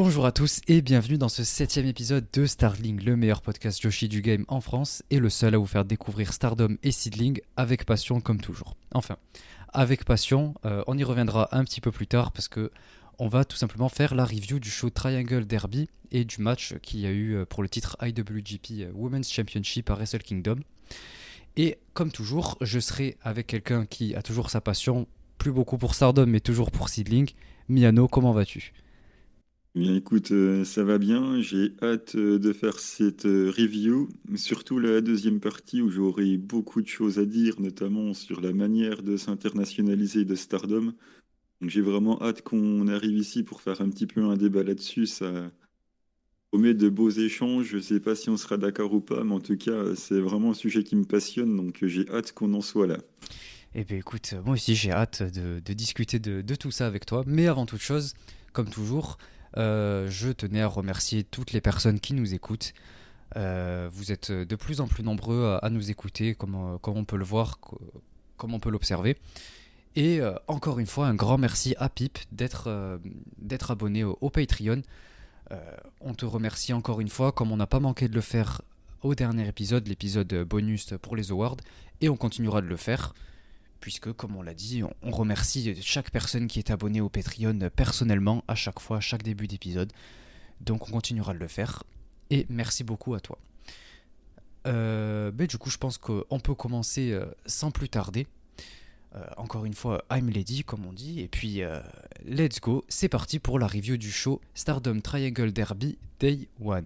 Bonjour à tous et bienvenue dans ce 7ème épisode de Starling, le meilleur podcast Joshi du game en France et le seul à vous faire découvrir Stardom et Seedling avec passion comme toujours. Enfin, avec passion, on y reviendra un petit peu plus tard parce que on va tout simplement faire la review du show Triangle Derby et du match qu'il y a eu pour le titre IWGP Women's Championship à Wrestle Kingdom. Et comme toujours, je serai avec quelqu'un qui a toujours sa passion, plus beaucoup pour Stardom mais toujours pour Seedling. Miano, comment vas-tu ? Bien, écoute, ça va bien. J'ai hâte de faire cette review, surtout la deuxième partie où j'aurai beaucoup de choses à dire, notamment sur la manière de s'internationaliser de Stardom. Donc, j'ai vraiment hâte qu'on arrive ici pour faire un petit peu un débat là-dessus. Ça promet de beaux échanges. Je ne sais pas si on sera d'accord ou pas, mais en tout cas, c'est vraiment un sujet qui me passionne, donc j'ai hâte qu'on en soit là. Eh bien écoute, moi aussi j'ai hâte de discuter de tout ça avec toi. Mais avant toute chose, comme toujours, je tenais à remercier toutes les personnes qui nous écoutent. Vous êtes de plus en plus nombreux à nous écouter, comme on peut le voir, comme on peut l'observer. Et encore une fois, un grand merci à Pip d'être abonné au Patreon. On te remercie encore une fois, comme on n'a pas manqué de le faire au dernier épisode, l'épisode bonus pour les awards, et on continuera de le faire. Puisque, comme on l'a dit, on remercie chaque personne qui est abonnée au Patreon personnellement à chaque fois, à chaque début d'épisode. Donc on continuera de le faire. Et merci beaucoup à toi. Du coup, je pense qu'on peut commencer sans plus tarder. Encore une fois, I'm Lady, comme on dit. Et puis, let's go. C'est parti pour la review du show Stardom Triangle Derby Day 1.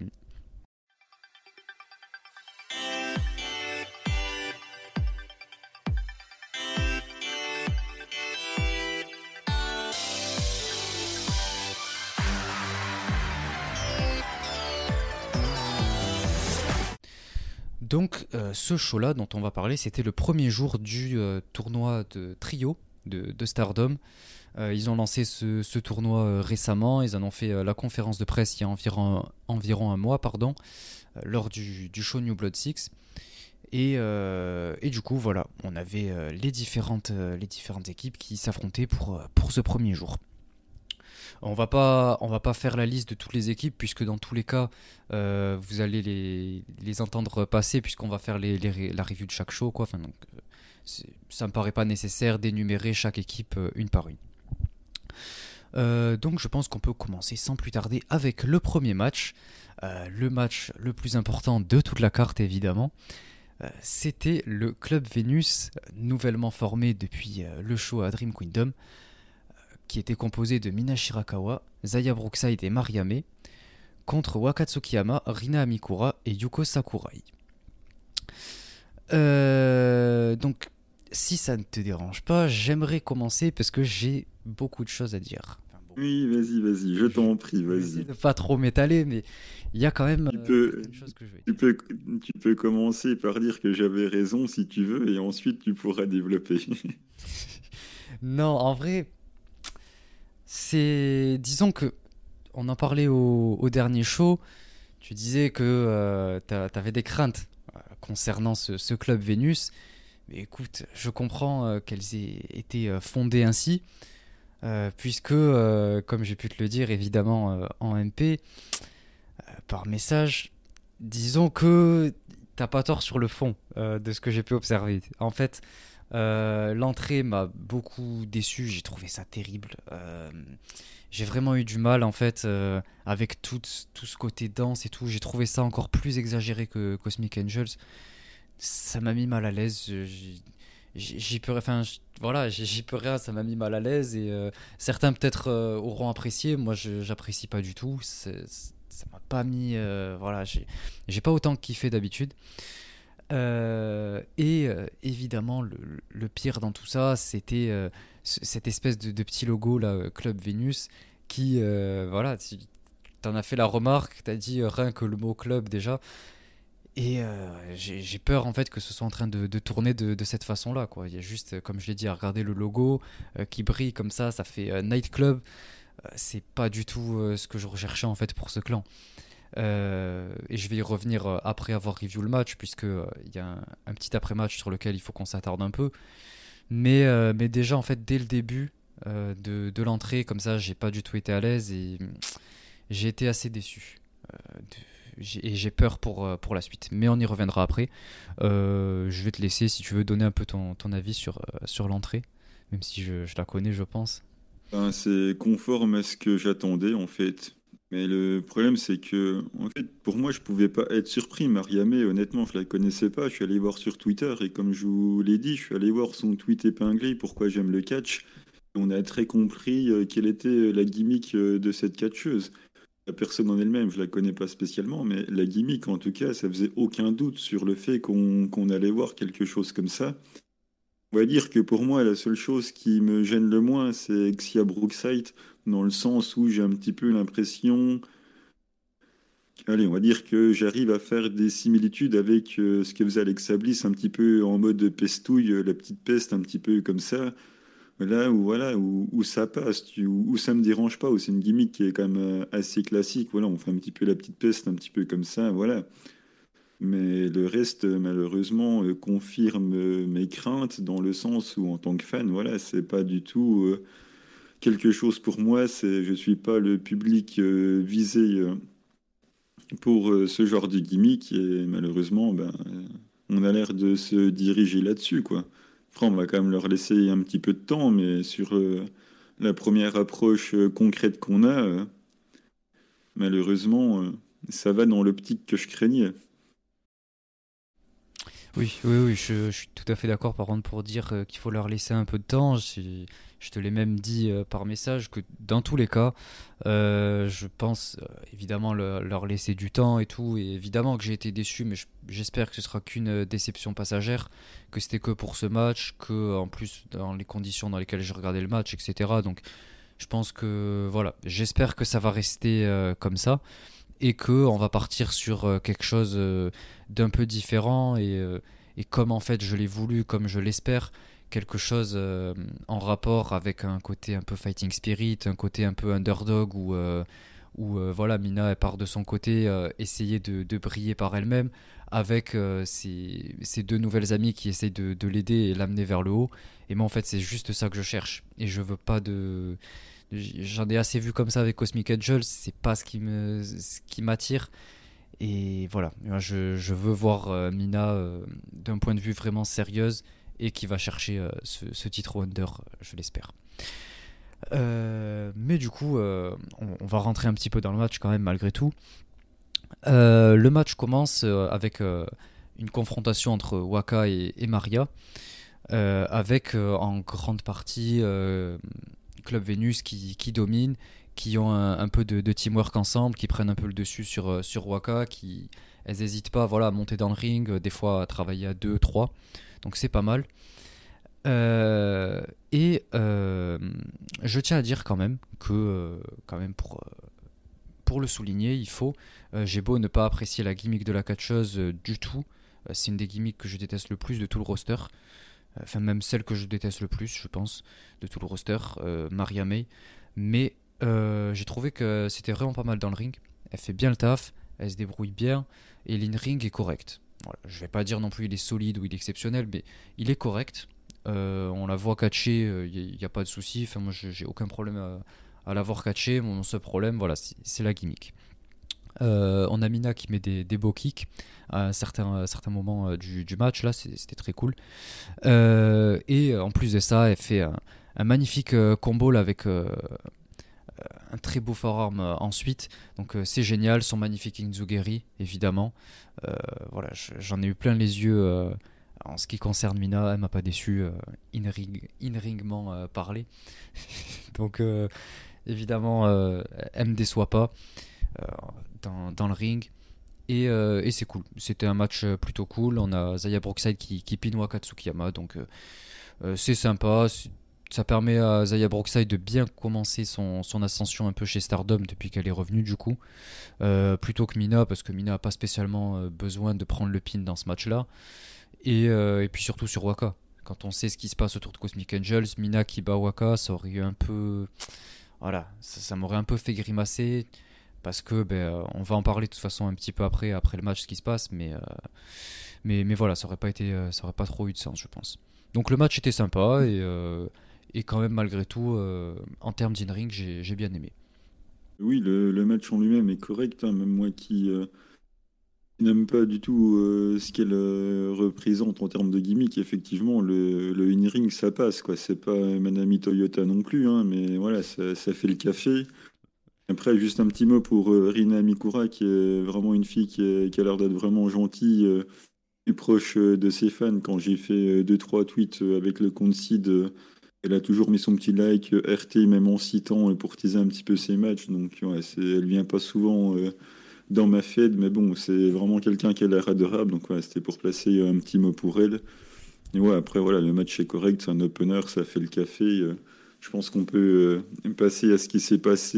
Donc ce show-là dont on va parler, c'était le premier jour du tournoi de trio de Stardom. Ils ont lancé ce tournoi récemment, ils en ont fait la conférence de presse il y a environ un mois, lors du show New Blood 6. Et du coup, voilà, on avait les différentes équipes qui s'affrontaient pour ce premier jour. On va pas faire la liste de toutes les équipes puisque dans tous les cas vous allez les entendre passer puisqu'on va faire la review de chaque show quoi. Enfin, donc, ça me paraît pas nécessaire d'énumérer chaque équipe une par une. Donc je pense qu'on peut commencer sans plus tarder avec le premier match, le match le plus important de toute la carte évidemment. C'était le Club Venus, nouvellement formé depuis le show à Dream Kingdom, qui était composé de Mina Shirakawa, Zaya Brookside et Mariame, contre Wakatsukiyama, Rina Amikura et Yuko Sakurai. Donc, si ça ne te dérange pas, j'aimerais commencer parce que j'ai beaucoup de choses à dire. Enfin, bon, Oui, vas-y, je t'en prie, je vais essayer vas-y. de pas trop m'étaler, mais il y a quand même Tu peux, certaines choses que je vais tu dire. peux, tu peux commencer par dire que j'avais raison si tu veux, et ensuite tu pourras développer. Non, en vrai, disons que on en parlait au dernier show. Tu disais que t'avais des craintes concernant ce club Vénus. Mais écoute, je comprends qu'elles aient été fondées ainsi, puisque, comme j'ai pu te le dire évidemment en MP, par message, disons que t'as pas tort sur le fond de ce que j'ai pu observer. En fait, l'entrée m'a beaucoup déçu, j'ai trouvé ça terrible. J'ai vraiment eu du mal en fait avec tout ce côté danse et tout. J'ai trouvé ça encore plus exagéré que Cosmic Angels. Ça m'a mis mal à l'aise. J'y peux, enfin, voilà, j'y peux rien. Ça m'a mis mal à l'aise et certains peut-être auront apprécié. Moi, j'apprécie pas du tout. Ça m'a pas mis, voilà, j'ai pas autant kiffé d'habitude. Évidemment, le pire dans tout ça, c'était cette espèce de petit logo là, Club Venus, qui, voilà, t'en as fait la remarque, t'as dit rien que le mot club déjà, et j'ai peur en fait que ce soit en train de tourner de cette façon-là, quoi. Il y a juste, comme je l'ai dit, à regarder le logo qui brille comme ça fait nightclub. C'est pas du tout ce que je recherchais en fait pour ce clan. Et je vais y revenir après avoir review le match, puisque il y a un petit après-match sur lequel il faut qu'on s'attarde un peu. Mais déjà, en fait, dès le début de l'entrée, comme ça, j'ai pas du tout été à l'aise et j'ai été assez déçu. Et j'ai peur pour la suite. Mais on y reviendra après. Je vais te laisser si tu veux donner un peu ton avis sur l'entrée, même si je la connais, je pense. Ben, c'est conforme à ce que j'attendais en fait. Mais le problème, c'est que, en fait, pour moi, je pouvais pas être surpris. Mariamé, honnêtement, je la connaissais pas. Je suis allé voir sur Twitter et comme je vous l'ai dit, je suis allé voir son tweet épinglé pourquoi j'aime le catch. On a très compris quelle était la gimmick de cette catcheuse. La personne en elle-même, je la connais pas spécialement, mais la gimmick, en tout cas, ça faisait aucun doute sur le fait qu'on allait voir quelque chose comme ça. On va dire que pour moi, la seule chose qui me gêne le moins, c'est Xia Brookside, dans le sens où j'ai un petit peu l'impression, allez, on va dire que j'arrive à faire des similitudes avec ce que faisait Alexa Bliss, un petit peu en mode pestouille, la petite peste, un petit peu comme ça. Là où voilà où ça passe, où ça me dérange pas, où c'est une gimmick qui est quand même assez classique. Voilà, on fait un petit peu la petite peste, un petit peu comme ça, voilà. Mais le reste, malheureusement, confirme mes craintes dans le sens où, en tant que fan, voilà, c'est pas du tout quelque chose pour moi. Je suis pas le public visé pour ce genre de gimmick et malheureusement, ben, on a l'air de se diriger là-dessus, quoi. Après, on va quand même leur laisser un petit peu de temps, mais sur la première approche concrète qu'on a, malheureusement, ça va dans l'optique que je craignais. Oui, oui, oui, je suis tout à fait d'accord par contre pour dire qu'il faut leur laisser un peu de temps. Je te l'ai même dit par message que dans tous les cas, je pense évidemment leur laisser du temps et tout. Et évidemment que j'ai été déçu, mais j'espère que ce sera qu'une déception passagère, que c'était que pour ce match, que en plus dans les conditions dans lesquelles j'ai regardé le match, etc. Donc je pense que voilà, j'espère que ça va rester comme ça et que on va partir sur quelque chose d'un peu différent et comme en fait je l'ai voulu, comme je l'espère, quelque chose en rapport avec un côté un peu fighting spirit, un côté un peu underdog où voilà, Mina elle part de son côté essayer de briller par elle-même avec ses deux nouvelles amies qui essayent de l'aider et l'amener vers le haut. Et moi en fait c'est juste ça que je cherche et je veux pas de j'en ai assez vu comme ça avec Cosmic Angel, c'est pas ce qui m'attire. Et voilà, je veux voir Mina d'un point de vue vraiment sérieuse et qui va chercher ce titre Wonder, je l'espère. Mais du coup, on va rentrer un petit peu dans le match quand même malgré tout. Le match commence avec une confrontation entre Waka et Maria, avec en grande partie Club Vénus qui domine, qui ont un peu de teamwork ensemble, qui prennent un peu le dessus sur Waka, elles n'hésitent pas voilà, à monter dans le ring, des fois à travailler à 2 trois, donc c'est pas mal. Je tiens à dire quand même que, quand même pour le souligner, il faut, j'ai beau ne pas apprécier la gimmick de la catcheuse du tout, c'est une des gimmicks que je déteste le plus de tout le roster, enfin même celle que je déteste le plus, je pense, de tout le roster, Maria May. Mais j'ai trouvé que c'était vraiment pas mal dans le ring. Elle fait bien le taf, elle se débrouille bien, et l'in-ring est correct. Voilà, je vais pas dire non plus il est solide ou il est exceptionnel, mais il est correct. On la voit catcher, il n'y a pas de souci. Enfin, moi, j'ai aucun problème à la voir catcher. Mon seul problème, voilà, c'est la gimmick. On a Mina qui met des beaux kicks à certains moments du match. Là, c'était très cool. Et en plus de ça, elle fait un magnifique combo là, avec un très beau forearm ensuite. Donc c'est génial. Son magnifique Inzugeri, évidemment. Voilà, j'en ai eu plein les yeux. En ce qui concerne Mina, elle m'a pas déçu in-ringment parlé. Donc évidemment, elle me déçoit pas euh, dans le ring. Et c'est cool. C'était un match plutôt cool. On a Zaya Brookside qui pin Waka Tsukiyama. Donc c'est sympa. Ça permet à Zaya Brookside de bien commencer son ascension un peu chez Stardom depuis qu'elle est revenue du coup. Plutôt que Mina, parce que Mina n'a pas spécialement besoin de prendre le pin dans ce match-là. Et puis surtout sur Waka. Quand on sait ce qui se passe autour de Cosmic Angels, Mina qui bat Waka, ça aurait eu un peu. Voilà, ça m'aurait un peu fait grimacer. Parce que on va en parler de toute façon un petit peu après le match, ce qui se passe. Mais voilà, ça aurait pas été, ça aurait pas trop eu de sens, je pense. Donc le match était sympa et quand même malgré tout, en termes d'in-ring, j'ai bien aimé. Oui, le match en lui-même est correct, hein, même moi qui n'aime pas du tout ce qu'elle représente en termes de gimmick. Effectivement, le in-ring, ça passe, quoi. C'est pas Manami Toyota non plus, hein, mais voilà, ça fait le café. Après, juste un petit mot pour Rina Mikura, qui est vraiment une fille qui a l'air d'être vraiment gentille, et proche de ses fans. Quand j'ai fait deux, trois tweets avec le compte Sid, elle a toujours mis son petit like RT, même en citant pour teaser un petit peu ses matchs. Donc, ouais, elle vient pas souvent dans ma fed, mais bon, c'est vraiment quelqu'un qui a l'air adorable. Donc, ouais, c'était pour placer un petit mot pour elle. Et ouais, après, voilà, le match est correct, c'est un opener, ça fait le café. Je pense qu'on peut passer à ce qui s'est passé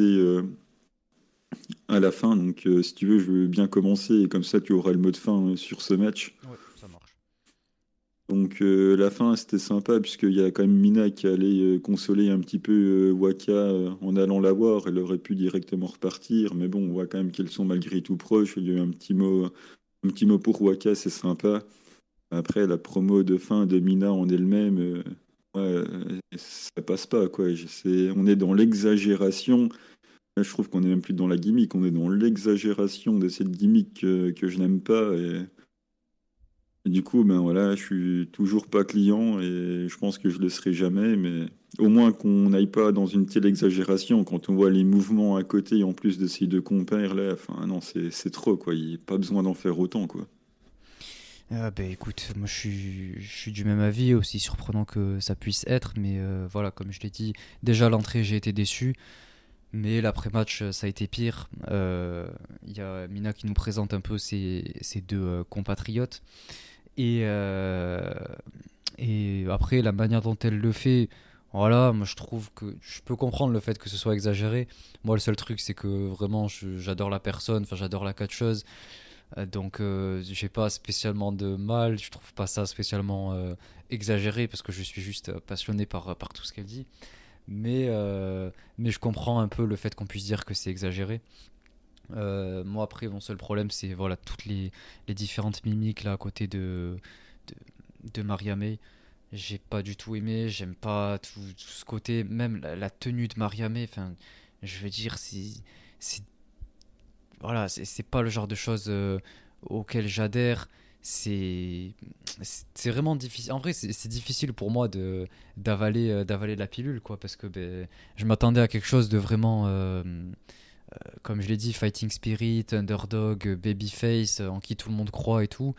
à la fin. Donc, si tu veux, je veux bien commencer et comme ça, tu auras le mot de fin sur ce match. Ouais, ça marche. Donc, la fin, c'était sympa puisqu'il y a quand même Mina qui allait consoler un petit peu Waka en allant la voir. Elle aurait pu directement repartir, mais bon, on voit quand même qu'elles sont malgré tout proches. Il y a eu un petit mot pour Waka, c'est sympa. Après, la promo de fin de Mina en elle-même, ouais, ça passe pas, quoi. On est dans l'exagération. Là, je trouve qu'on est même plus dans la gimmick, on est dans l'exagération de cette gimmick que je n'aime pas. Et du coup, ben voilà, je suis toujours pas client et je pense que je le serai jamais, mais au moins qu'on n'aille pas dans une telle exagération quand on voit les mouvements à côté en plus de ces deux compères là. Enfin, non, c'est trop, quoi. Il n'y a pas besoin d'en faire autant, quoi. Ah bah écoute, moi je suis du même avis, aussi surprenant que ça puisse être, mais voilà, comme je l'ai dit, déjà à l'entrée j'ai été déçu, mais l'après-match ça a été pire. Il y a Mina qui nous présente un peu ses deux compatriotes, et, et après la manière dont elle le fait, voilà, moi je trouve que je peux comprendre le fait que ce soit exagéré. Moi le seul truc c'est que vraiment j'adore la personne, enfin j'adore la catcheuse. Donc j'ai pas spécialement de mal, je trouve pas ça spécialement exagéré parce que je suis juste passionné par tout ce qu'elle dit. Mais je comprends un peu le fait qu'on puisse dire que c'est exagéré. Moi après mon seul problème c'est voilà toutes les différentes mimiques là à côté de Maria May. J'ai pas du tout aimé, j'aime pas tout ce côté, même la tenue de Maria May, enfin je veux dire c'est voilà, c'est pas le genre de choses auxquelles j'adhère. C'est c'est vraiment difficile. En vrai, c'est difficile pour moi de d'avaler la pilule quoi parce que ben, je m'attendais à quelque chose de vraiment comme je l'ai dit fighting spirit, underdog, babyface en qui tout le monde croit et tout.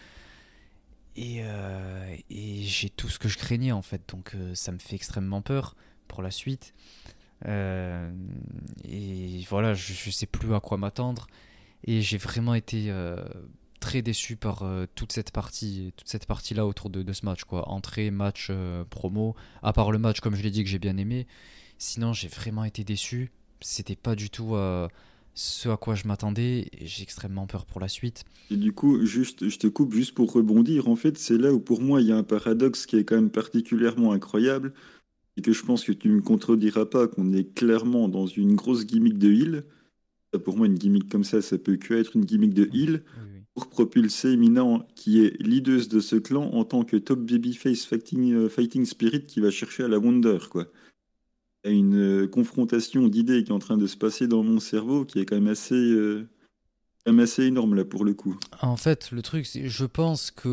Et j'ai tout ce que je craignais en fait, donc ça me fait extrêmement peur pour la suite. Euh, et voilà, je sais plus à quoi m'attendre. Et j'ai vraiment été très déçu par toute cette partie là autour de ce match quoi. Entrée, match, promo. À part le match, comme je l'ai dit, que j'ai bien aimé. Sinon, j'ai vraiment été déçu. C'était pas du tout ce à quoi je m'attendais. Et j'ai extrêmement peur pour la suite. Et du coup, juste, je te coupe juste pour rebondir. En fait, c'est là où pour moi il y a un paradoxe qui est quand même particulièrement incroyable et que je pense que tu ne me contrediras pas qu'on est clairement dans une grosse gimmick de heal. Ça, pour moi, une gimmick comme ça peut que être une gimmick de Oui, heal oui, oui. pour propulser Mina, qui est leaduse de ce clan en tant que top babyface fighting spirit qui va chercher à la Wonder, quoi. Il y a une confrontation d'idées qui est en train de se passer dans mon cerveau qui est quand même assez énorme là pour le coup. En fait, le truc, c'est, je pense que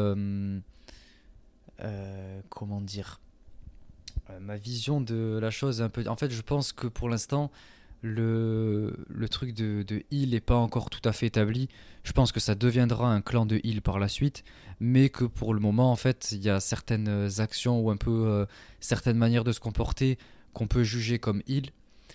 comment dire, ma vision de la chose est un peu. En fait, je pense que pour l'instant, le truc de heal n'est pas encore tout à fait établi. Je pense que ça deviendra un clan de heal par la suite, mais que pour le moment, en fait, il y a certaines actions ou un peu certaines manières de se comporter qu'on peut juger comme heal.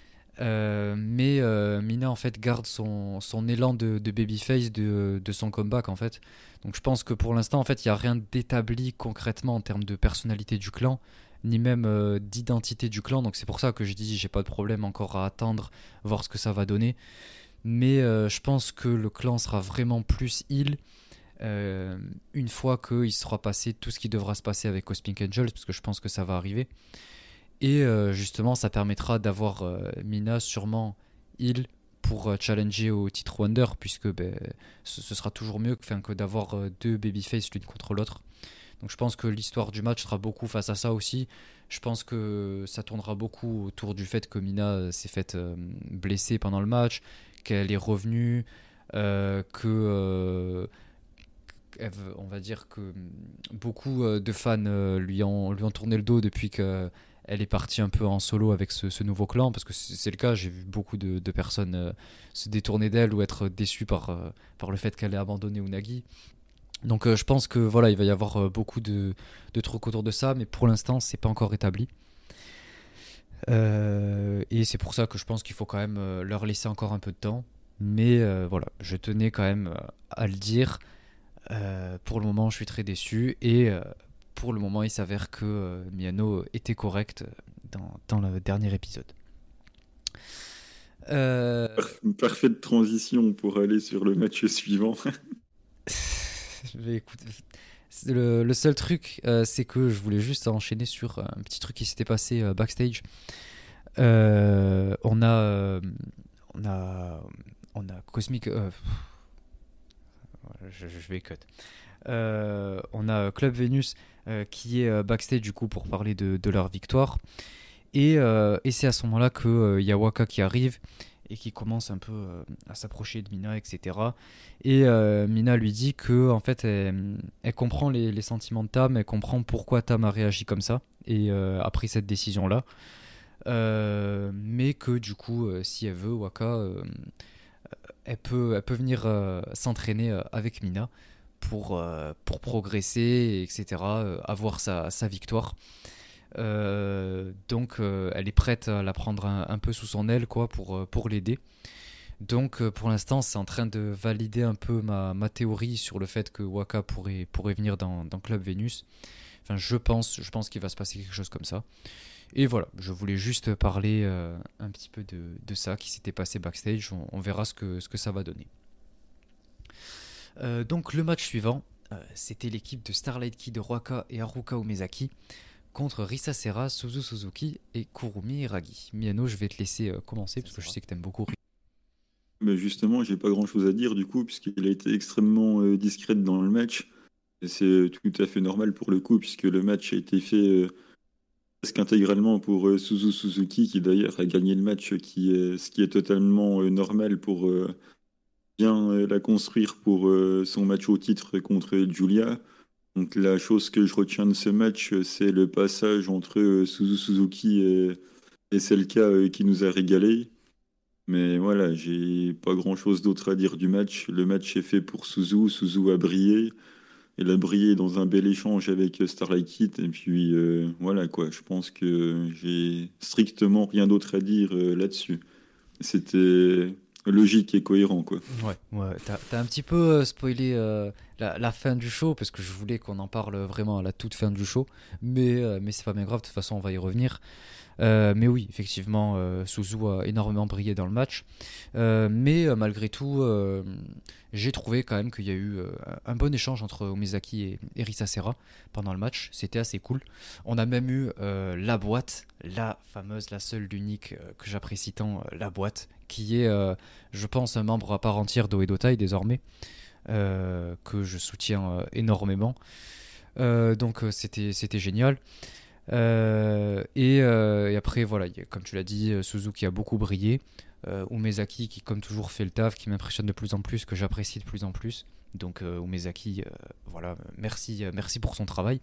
Mais Mina en fait garde son élan de babyface de son comeback en fait. Donc je pense que pour l'instant en fait il n'y a rien d'établi concrètement en termes de personnalité du clan, ni même d'identité du clan. Donc c'est pour ça que je dis j'ai pas de problème encore à attendre, voir ce que ça va donner. Mais je pense que le clan sera vraiment plus heal une fois qu'il sera passé tout ce qui devra se passer avec Cosmic Angels, parce que je pense que ça va arriver. Et justement, ça permettra d'avoir Mina sûrement heal pour challenger au titre Wonder, puisque ben, ce sera toujours mieux que d'avoir deux babyface l'une contre l'autre. Donc je pense que l'histoire du match sera beaucoup face à ça aussi. Je pense que ça tournera beaucoup autour du fait que Mina s'est faite blesser pendant le match, qu'elle est revenue, que on va dire que beaucoup de fans lui ont tourné le dos depuis qu'elle est partie un peu en solo avec ce nouveau clan, parce que c'est le cas. J'ai vu beaucoup de personnes se détourner d'elle ou être déçues par le fait qu'elle ait abandonné Unagi. Donc je pense que voilà, il va y avoir beaucoup de trucs autour de ça, mais pour l'instant c'est pas encore établi. Et c'est pour ça que je pense qu'il faut quand même leur laisser encore un peu de temps. Mais voilà, je tenais quand même à le dire. Pour le moment, je suis très déçu. Et pour le moment, il s'avère que Miyano était correct dans le dernier épisode. Parfaite transition pour aller sur le match suivant. Mais écoute, le seul truc, c'est que je voulais juste enchaîner sur un petit truc qui s'était passé backstage. On a Cosmic. Je vais cut. On a Club Venus qui est backstage du coup pour parler de leur victoire. Et c'est à ce moment-là que y a Waka qui arrive et qui commence un peu à s'approcher de Mina, etc. Et Mina lui dit que en fait elle comprend les sentiments de Tam, elle comprend pourquoi Tam a réagi comme ça et a pris cette décision-là. Mais que du coup, si elle veut, Waka, elle peut venir s'entraîner avec Mina pour progresser, etc., avoir sa victoire. Donc elle est prête à la prendre un peu sous son aile quoi, pour l'aider. Donc pour l'instant c'est en train de valider un peu ma théorie sur le fait que Waka pourrait venir dans Club Venus. Enfin je pense qu'il va se passer quelque chose comme ça. Et voilà, je voulais juste parler un petit peu de ça qui s'était passé backstage. On verra ce que ça va donner. Donc le match suivant, c'était l'équipe de Starlight Kid, Waka et Haruka Umezaki contre Risa Sera, Suzu Suzuki et Kurumi Hiragi. Miyano, je vais te laisser commencer parce que je sais que tu aimes beaucoup. Mais justement, j'ai pas grand-chose à dire du coup, puisqu'il a été extrêmement discrète dans le match. Et c'est tout à fait normal pour le coup, puisque le match a été fait presque intégralement pour Suzu Suzuki, qui d'ailleurs a gagné le match, ce qui est totalement normal pour bien la construire pour son match au titre contre Julia. Donc la chose que je retiens de ce match, c'est le passage entre Suzu Suzuki et Selka qui nous a régalé. Mais voilà, j'ai pas grand-chose d'autre à dire du match. Le match est fait pour Suzu. Suzu a brillé. Elle a brillé dans un bel échange avec Starlight Kid. Et puis voilà quoi, je pense que j'ai strictement rien d'autre à dire là-dessus. C'était logique et cohérent quoi. Ouais, t'as un petit peu spoilé la fin du show parce que je voulais qu'on en parle vraiment à la toute fin du show, mais c'est pas bien grave, de toute façon on va y revenir. Mais oui, effectivement, Suzu a énormément brillé dans le match. Mais malgré tout, j'ai trouvé quand même qu'il y a eu un bon échange entre Umezaki et Risa Sera pendant le match. C'était assez cool. On a même eu la boîte, la fameuse, la seule, l'unique que j'apprécie tant, la boîte, qui est, je pense, un membre à part entière d'Oedotai désormais, que je soutiens énormément. Donc c'était génial. Et après, voilà, comme tu l'as dit, Suzuki a beaucoup brillé. Umezaki qui, comme toujours, fait le taf, qui m'impressionne de plus en plus, que j'apprécie de plus en plus. Donc, Umezaki, voilà, merci pour son travail.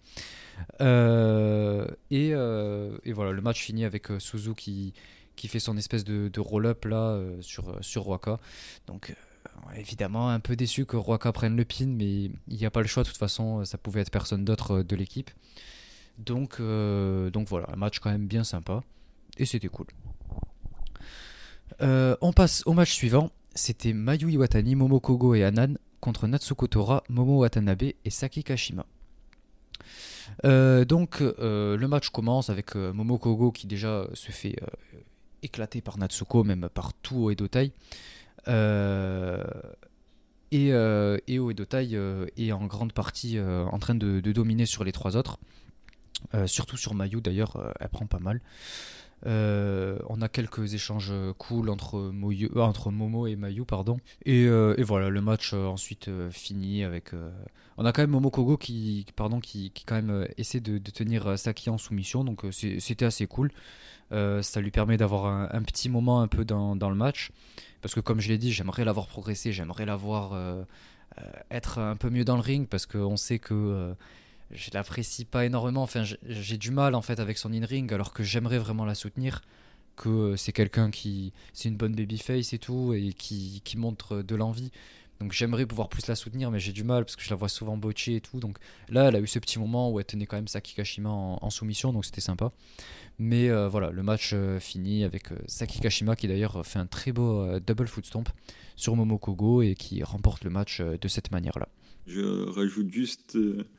Et voilà, le match finit avec Suzuki qui fait son espèce de roll-up là sur Waka. Donc, évidemment, un peu déçu que Waka prenne le pin, mais il n'y a pas le choix. De toute façon, ça pouvait être personne d'autre de l'équipe. Donc voilà, un match quand même bien sympa. Et c'était cool. On passe au match suivant. C'était Mayu Iwatani, Momo Kogo et Anan contre Natsuko Tora, Momo Watanabe et Saki Kashima. Donc le match commence avec Momo Kogo qui déjà se fait éclater par Natsuko, même par tout Oedotai. Et Oedotai est en grande partie en train de dominer sur les trois autres. Surtout sur Mayu d'ailleurs, elle prend pas mal. On a quelques échanges cool entre Momo et Mayu, pardon. Et voilà, le match ensuite fini avec. On a quand même Momo Kogo qui quand même essaie de tenir Saki en soumission, donc c'était assez cool. Ça lui permet d'avoir un petit moment un peu dans le match. Parce que comme je l'ai dit, j'aimerais l'avoir progressé, j'aimerais l'avoir être un peu mieux dans le ring, parce qu'on sait que je l'apprécie pas énormément. Enfin, j'ai du mal en fait avec son in-ring, alors que j'aimerais vraiment la soutenir. Que c'est quelqu'un qui. C'est une bonne babyface et tout, et qui montre de l'envie. Donc j'aimerais pouvoir plus la soutenir, mais j'ai du mal parce que je la vois souvent botcher et tout. Donc là, elle a eu ce petit moment où elle tenait quand même Saki Kashima en soumission, donc c'était sympa. Mais voilà, le match fini avec Saki Kashima qui d'ailleurs fait un très beau double foot stomp sur Momokogo et qui remporte le match de cette manière-là. Je rajoute juste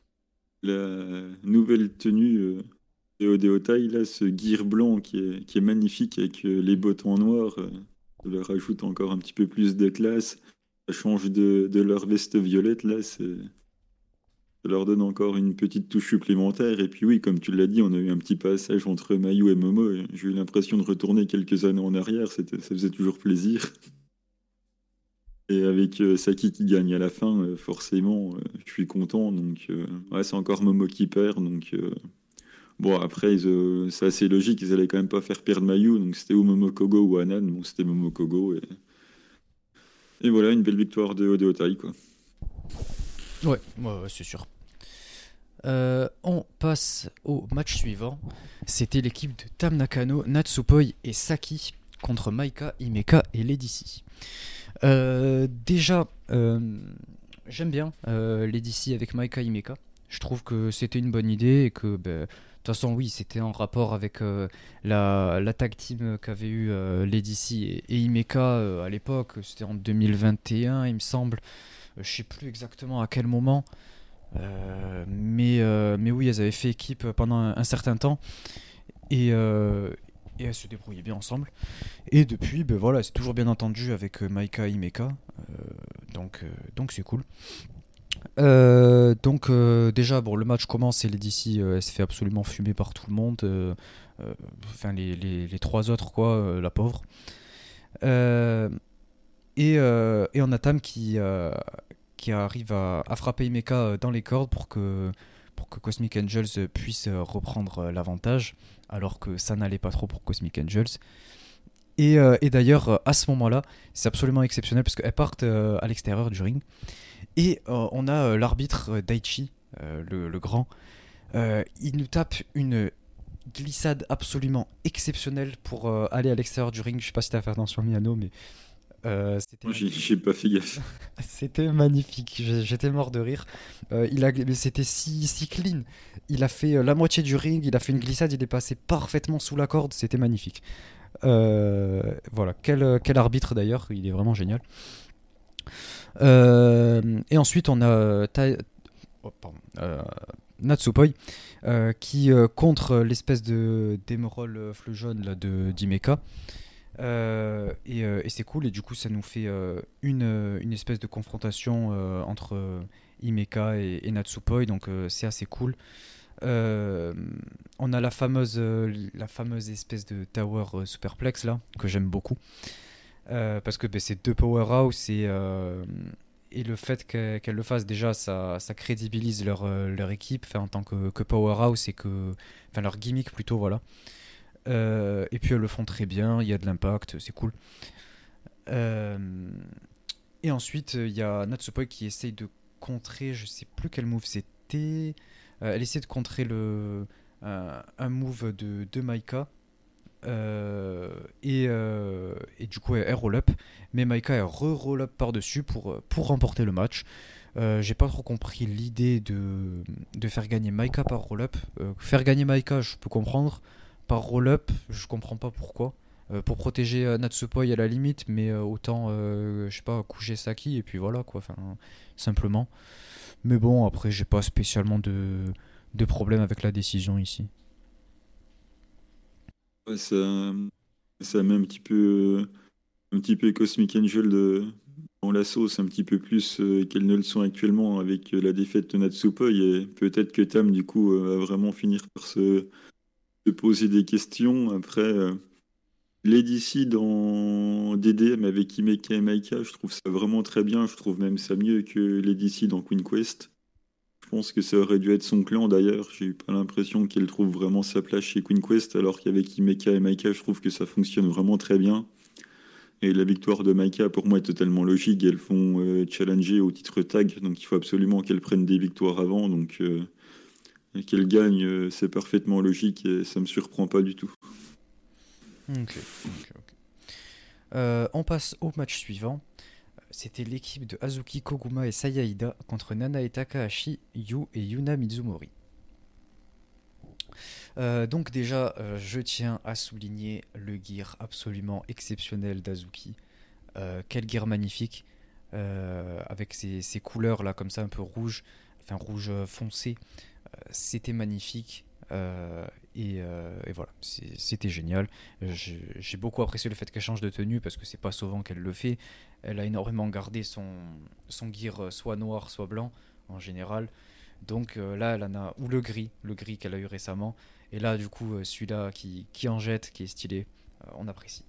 la nouvelle tenue de Odeotai, là, ce gear blanc qui est magnifique avec les bottons noirs. Ça leur rajoute encore un petit peu plus de classe. Ça change de leur veste violette, là. Ça leur donne encore une petite touche supplémentaire. Et puis oui, comme tu l'as dit, on a eu un petit passage entre Mayu et Momo. Et j'ai eu l'impression de retourner quelques années en arrière. Ça faisait toujours plaisir. Et avec Saki qui gagne à la fin, forcément, je suis content. Donc, ouais, c'est encore Momo qui perd. Donc, bon, après, c'est assez logique. Ils allaient quand même pas faire perdre Mayu. Donc, c'était ou Momokogo ou Anan. Bon, c'était Momokogo. Et voilà, une belle victoire de Odeotai, quoi. Ouais, c'est sûr. On passe au match suivant. C'était l'équipe de Tam Nakano, Natsupoi et Saki contre Maika, Himeka et Lady C. Déjà, j'aime bien Lady C avec Maika Himeka. Je trouve que c'était une bonne idée et que, de toute façon, oui, c'était en rapport avec la tag team qu'avait eu Lady C et Himeka à l'époque. C'était en 2021, il me semble. Je sais plus exactement à quel moment. Mais oui, elles avaient fait équipe pendant un certain temps et, euh, et elles se débrouillaient bien ensemble. Et depuis, ben voilà, c'est toujours bien entendu avec Maika et Himeka, donc c'est cool. Déjà, bon, le match commence et Lady C, elle se fait absolument fumer par tout le monde. Enfin, les trois autres, quoi, la pauvre. Euh, et on a Tam qui arrive à frapper Himeka dans les cordes pour que Cosmic Angels puisse reprendre l'avantage, alors que ça n'allait pas trop pour Cosmic Angels. Et d'ailleurs, à ce moment-là, c'est absolument exceptionnel parce qu'elles partent à l'extérieur du ring. Et on a l'arbitre Daichi, le grand. Il nous tape une glissade absolument exceptionnelle pour aller à l'extérieur du ring. Je sais pas si tu as fait attention, Miano, mais c'était Moi, magnifique. j'ai pas fait gaffe. C'était magnifique, j'étais mort de rire. Mais c'était si clean. Il a fait la moitié du ring, il a fait une glissade, il est passé parfaitement sous la corde, c'était magnifique. Voilà, quel arbitre d'ailleurs, il est vraiment génial. Et ensuite, on a Natsupoi qui contre l'espèce de d'émeraude fleu jaune là, de d'Imeka. Et c'est cool, et du coup, ça nous fait une espèce de confrontation entre Himeka et Natsupoi, donc c'est assez cool. Euh, on a la fameuse espèce de tower superplex là, que j'aime beaucoup. Parce que c'est deux powerhouse et le fait qu'elles le fassent déjà, ça crédibilise leur équipe en tant que powerhouse et enfin leur gimmick plutôt, voilà. Et puis elles le font très bien, il y a de l'impact, c'est cool. Euh, et ensuite, il y a Natsupoi qui essaye de contrer, je sais plus quel move c'était. Elle essaie de contrer un move de Maika. Et du coup, elle roll up. Mais Maika, elle re-roll up par-dessus pour remporter le match. J'ai pas trop compris l'idée de faire gagner Maika par roll-up. Faire gagner Maika, je peux comprendre. Par roll-up, je comprends pas pourquoi. Pour protéger Natsupoi à la limite, mais autant, je sais pas, coucher Saki et puis voilà quoi. Enfin, simplement. Mais bon, après, j'ai pas spécialement de problème avec la décision ici. Ouais, ça met un petit peu Cosmic Angel dans la sauce, un petit peu plus qu'elles ne le sont actuellement avec la défaite de Natsupoi. Et peut-être que Tam, du coup, va vraiment finir par de poser des questions. Après, l'ADC dans DDM avec Himeka et Maika, je trouve ça vraiment très bien. Je trouve même ça mieux que l'ADC dans Queen Quest. Je pense que ça aurait dû être son clan d'ailleurs. J'ai eu pas l'impression qu'elle trouve vraiment sa place chez Queen Quest, alors qu'avec Himeka et Maika, je trouve que ça fonctionne vraiment très bien. Et la victoire de Maika, pour moi, est totalement logique. Elles font challenger au titre tag, donc il faut absolument qu'elles prennent des victoires avant. Donc qu'elles gagnent, c'est parfaitement logique et ça me surprend pas du tout. Ok, ok, ok. On passe au match suivant. C'était l'équipe de Hazuki Koguma et Saya Ida contre Nanae Takahashi, Yu et Yuna Mizumori. Donc déjà, je tiens à souligner le gear absolument exceptionnel d'Hazuki. Quel gear magnifique, avec ces couleurs là comme ça un peu rouge, enfin rouge foncé. C'était magnifique. Et voilà, c'était génial. J'ai beaucoup apprécié le fait qu'elle change de tenue parce que c'est pas souvent qu'elle le fait. Elle a énormément gardé son gear soit noir soit blanc en général. Donc là, elle en a, ou le gris qu'elle a eu récemment. Et là, du coup, celui-là qui en jette, qui est stylé, on apprécie.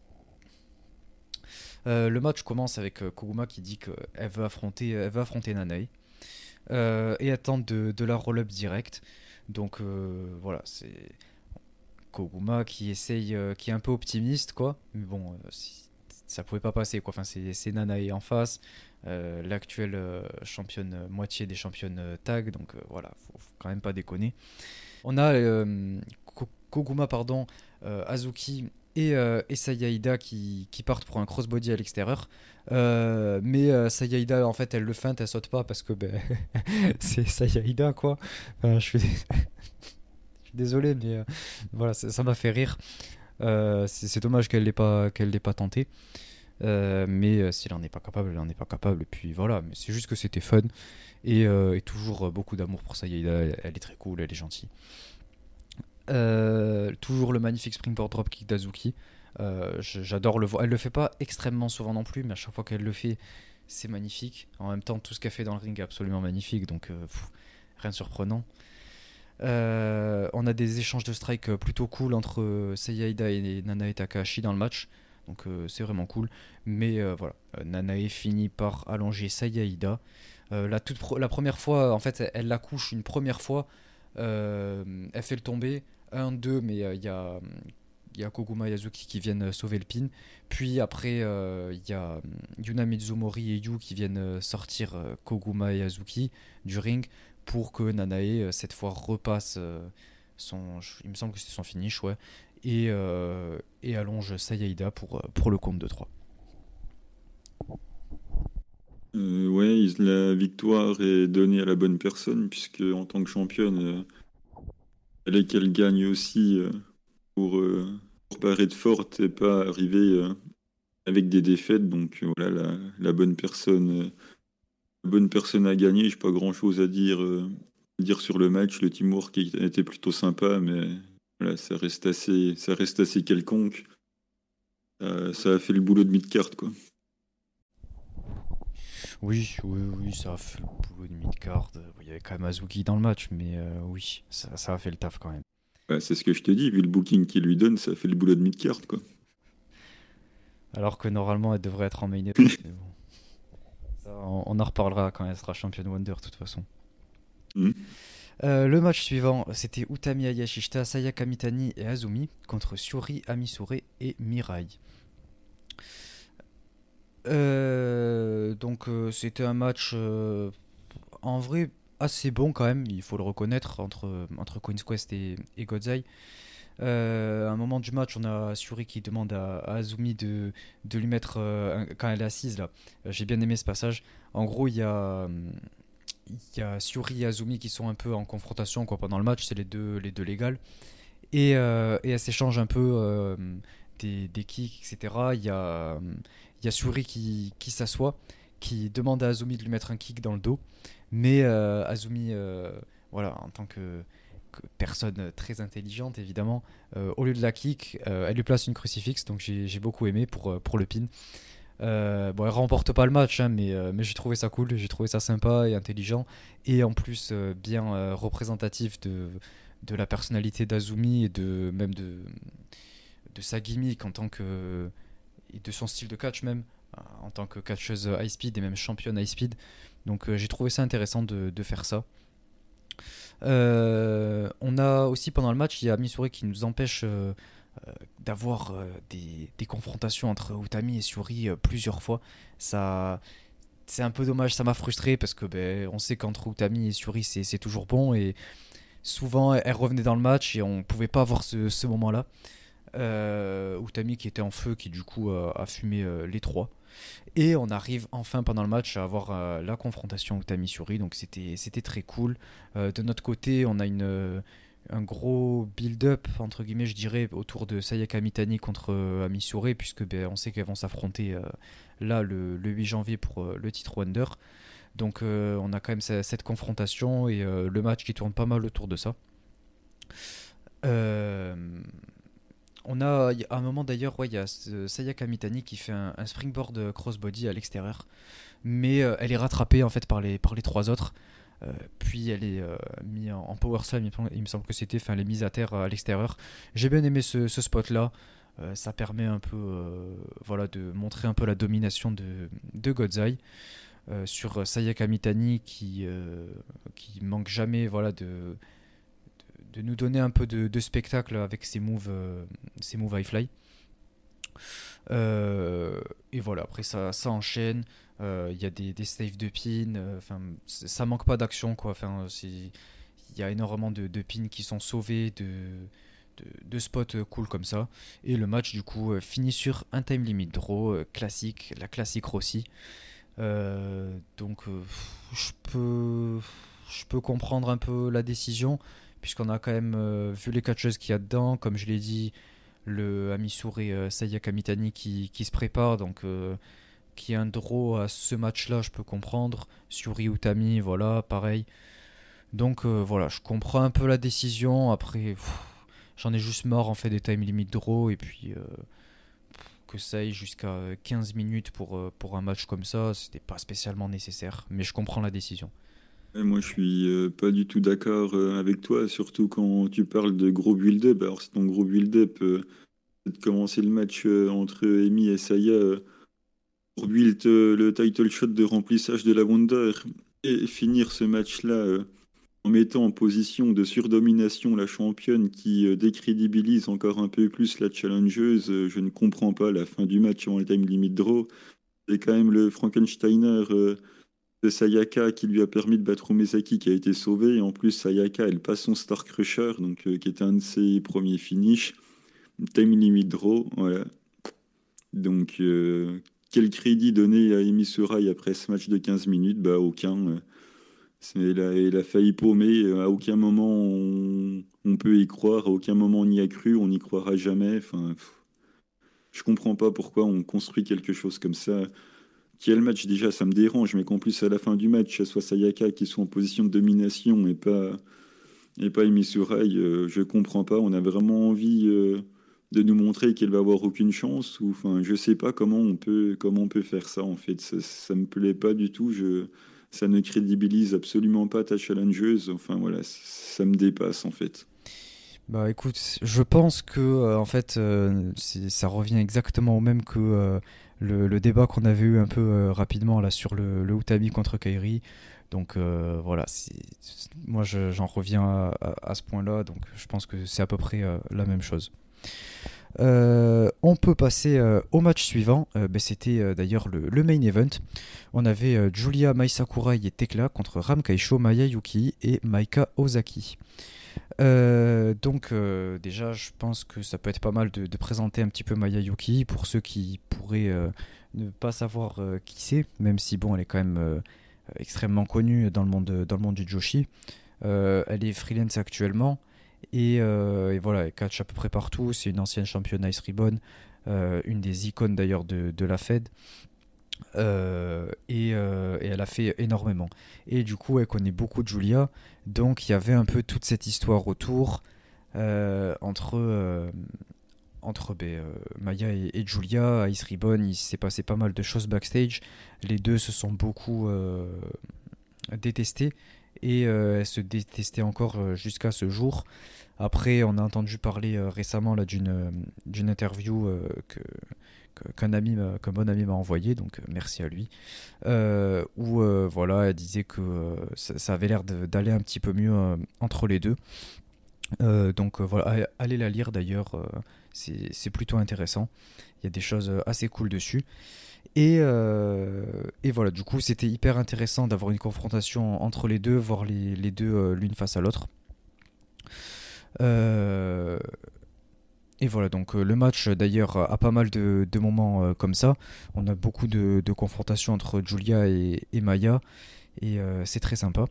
Le match commence avec Koguma qui dit elle veut affronter Nanae. Et elle tente de la roll-up direct. Donc voilà, c'est Koguma qui essaye, qui est un peu optimiste, quoi. Mais bon, ça pouvait pas passer, quoi. Enfin, c'est Nanae en face, l'actuelle championne, moitié des championnes tag. Donc voilà, faut quand même pas déconner. On a Koguma, pardon, Hazuki et Sayaida qui partent pour un crossbody à l'extérieur. Mais Sayaida, en fait, elle le feinte, elle saute pas parce que ben, c'est Sayaida, quoi. Enfin, je suis désolé, mais voilà, ça m'a fait rire. C'est dommage qu'elle l'ait pas tenté. Mais s'il en est pas capable, elle en est pas capable. Et puis voilà, mais c'est juste que c'était fun. Et toujours beaucoup d'amour pour Sayaida. Elle est très cool, elle est gentille. Toujours le magnifique springboard dropkick d'Azuki. J'adore le voir. Elle le fait pas extrêmement souvent non plus, mais à chaque fois qu'elle le fait, c'est magnifique. En même temps, tout ce qu'elle fait dans le ring est absolument magnifique, donc rien de surprenant. On a des échanges de strikes plutôt cool entre Seiya et Nanae Takahashi dans le match, donc c'est vraiment cool. Mais voilà, Nanae finit par allonger Seiya. La première fois, en fait, elle la couche une première fois. Elle fait le tomber 1-2, mais il y a Koguma et Hazuki qui viennent sauver le pin. Puis après, il y a Yuna Mizumori et Yu qui viennent sortir Koguma et Hazuki du ring pour que Nanae, cette fois, repasse il me semble que c'est son finish, ouais, et allonge Sayaida pour le compte de 3. Ouais, la victoire est donnée à la bonne personne, puisque en tant que championne, fallait qu'elle gagne aussi pour paraître forte et pas arriver avec des défaites. Donc voilà, la bonne personne a gagné. J'ai pas grand-chose à dire sur le match. Le teamwork était plutôt sympa, mais voilà, ça reste assez quelconque. Ça a fait le boulot de mid-card, quoi. Oui, oui, oui, ça a fait le boulot de mid-card. Il y avait quand même Hazuki dans le match, mais oui, ça a fait le taf quand même. Bah, c'est ce que je te dis, vu le booking qu'il lui donne, ça fait le boulot de mid-card, quoi. Alors que normalement, elle devrait être en main event. Mais bon. Ça, on en reparlera quand elle sera championne Wonder, de toute façon. Hmm. Le match suivant, c'était Utami Hayashishita, Sayaka Mitani et Azumi contre Syuri, Amisure et Mirai. Donc c'était un match en vrai assez bon quand même, il faut le reconnaître, entre Queen's Quest et Godzai. À un moment du match, on a Syuri qui demande à Azumi de lui mettre, quand elle est assise là. J'ai bien aimé ce passage. En gros, il y a Syuri et Azumi qui sont un peu en confrontation, quoi, pendant le match, c'est les deux légales. Et elles s'échangent un peu des kicks, etc. Il y a Syuri qui s'assoit, qui demande à Azumi de lui mettre un kick dans le dos. Mais Azumi, voilà, en tant que personne très intelligente, évidemment, au lieu de la kick, elle lui place une crucifix. Donc j'ai beaucoup aimé pour le pin. Bon, elle remporte pas le match, hein, mais j'ai trouvé ça cool, j'ai trouvé ça sympa et intelligent. Et en plus, bien représentatif de la personnalité d'Azumi et même de sa gimmick en tant que et de son style de catch même en tant que catcheuse high speed et même championne high speed. Donc j'ai trouvé ça intéressant de faire ça. On a aussi pendant le match, il y a Missouri qui nous empêche d'avoir des confrontations entre Utami et Suri plusieurs fois. Ça, c'est un peu dommage, ça m'a frustré parce que on sait qu'entre Utami et Suri c'est toujours bon et souvent elle revenait dans le match et on pouvait pas avoir ce moment-là. Utami qui était en feu, qui du coup a fumé les trois. Et on arrive enfin pendant le match à avoir la confrontation Utami-Suri, donc c'était très cool. De notre côté, on a un gros build-up, entre guillemets, je dirais, autour de Sayaka Mitani contre Amisure, puisque on sait qu'elles vont s'affronter là le 8 janvier pour le titre Wonder. Donc on a quand même cette confrontation et le match qui tourne pas mal autour de ça. Euh, On a à un moment d'ailleurs, ouais, il y a Sayaka Mitani qui fait un springboard crossbody à l'extérieur, mais elle est rattrapée en fait par les trois autres. Puis elle est mise en power slam, il me semble que c'était, enfin elle est mise à terre à l'extérieur. J'ai bien aimé ce spot là. Ça permet un peu, voilà, de montrer un peu la domination de Godzai sur Sayaka Mitani qui manque jamais, voilà, de nous donner un peu de spectacle avec ses moves high fly. Et voilà, après ça enchaîne. Il y a des saves de pin. Enfin, ça manque pas d'action quoi. Enfin, il y a énormément de pins qui sont sauvés, de spots cool comme ça. Et le match du coup finit sur un time limit draw classique, la classique Rossi. Donc je peux comprendre un peu la décision puisqu'on a quand même vu les catcheuses qu'il y a dedans, comme je l'ai dit, le Amisure et Sayaka Mitani qui se préparent, donc qui est un draw à ce match-là, je peux comprendre. Suri Utami, voilà, pareil. Donc voilà, je comprends un peu la décision. Après, j'en ai juste marre en fait des time limit draw et puis que ça aille jusqu'à 15 minutes pour un match comme ça, c'était pas spécialement nécessaire, mais je comprends la décision. Et moi, je suis pas du tout d'accord avec toi, surtout quand tu parles de gros build-up. Alors, c'est ton gros build-up, c'est de commencer le match entre Amy et Saya pour build le title shot de remplissage de la Wonder et finir ce match-là en mettant en position de surdomination la championne qui décrédibilise encore un peu plus la challengeuse. Je ne comprends pas la fin du match avant le time limit draw. C'est quand même le Frankensteiner de Sayaka qui lui a permis de battre Umesaki qui a été sauvé. Et en plus, Sayaka, elle passe son Star Crusher, donc, qui était un de ses premiers finishes. Time limit draw, voilà. Donc, quel crédit donner à Emi Surai après ce match de 15 minutes? Bah, aucun. Elle a failli paumer. À aucun moment on peut y croire. À aucun moment on y a cru. On n'y croira jamais. Enfin, je comprends pas pourquoi on construit quelque chose comme ça. Qui a le match déjà, ça me dérange, mais qu'en plus à la fin du match, ce soit Sayaka qui soit en position de domination et pas Emi Surai, je comprends pas. On a vraiment envie de nous montrer qu'elle va avoir aucune chance. Ou, enfin, je sais pas comment on peut faire ça en fait. Ça me plaît pas du tout. Ça ne crédibilise absolument pas ta challengeuse. Enfin voilà, ça me dépasse en fait. Bah écoute, je pense que en fait ça revient exactement au même que le débat qu'on avait eu un peu rapidement là sur le Utami contre Kairi. Donc voilà, moi j'en reviens à ce point-là, donc je pense que c'est à peu près la même chose. On peut passer au match suivant. C'était d'ailleurs le main event. On avait Julia Mai Sakurai et Tekla contre Ram Kaisho, Maya Yuki et Maika Ozaki. Déjà je pense que ça peut être pas mal de présenter un petit peu Maya Yuki pour ceux qui pourraient ne pas savoir qui c'est, même si bon elle est quand même extrêmement connue dans le monde du Joshi. Elle est freelance actuellement et voilà, elle catch à peu près partout. C'est une ancienne championne Ice Ribbon, une des icônes d'ailleurs de la Fed. Et elle a fait énormément. Et du coup, elle connaît beaucoup de Julia. Donc, il y avait un peu toute cette histoire autour entre Maya et Julia. À Ice Ribbon, il s'est passé pas mal de choses backstage. Les deux se sont beaucoup détestés. et elle se détestait encore jusqu'à ce jour. Après, on a entendu parler récemment là, d'une interview qu'un bon ami m'a envoyé, donc merci à lui, où voilà, elle disait que ça avait l'air d'aller un petit peu mieux entre les deux. Donc voilà, allez la lire d'ailleurs, c'est plutôt intéressant. Il y a des choses assez cool dessus. Et voilà, du coup, c'était hyper intéressant d'avoir une confrontation entre les deux, voir les deux l'une face à l'autre. Euh, et voilà, donc le match d'ailleurs a pas mal de moments comme ça. On a beaucoup de confrontations entre Julia et Maya, et c'est très sympa.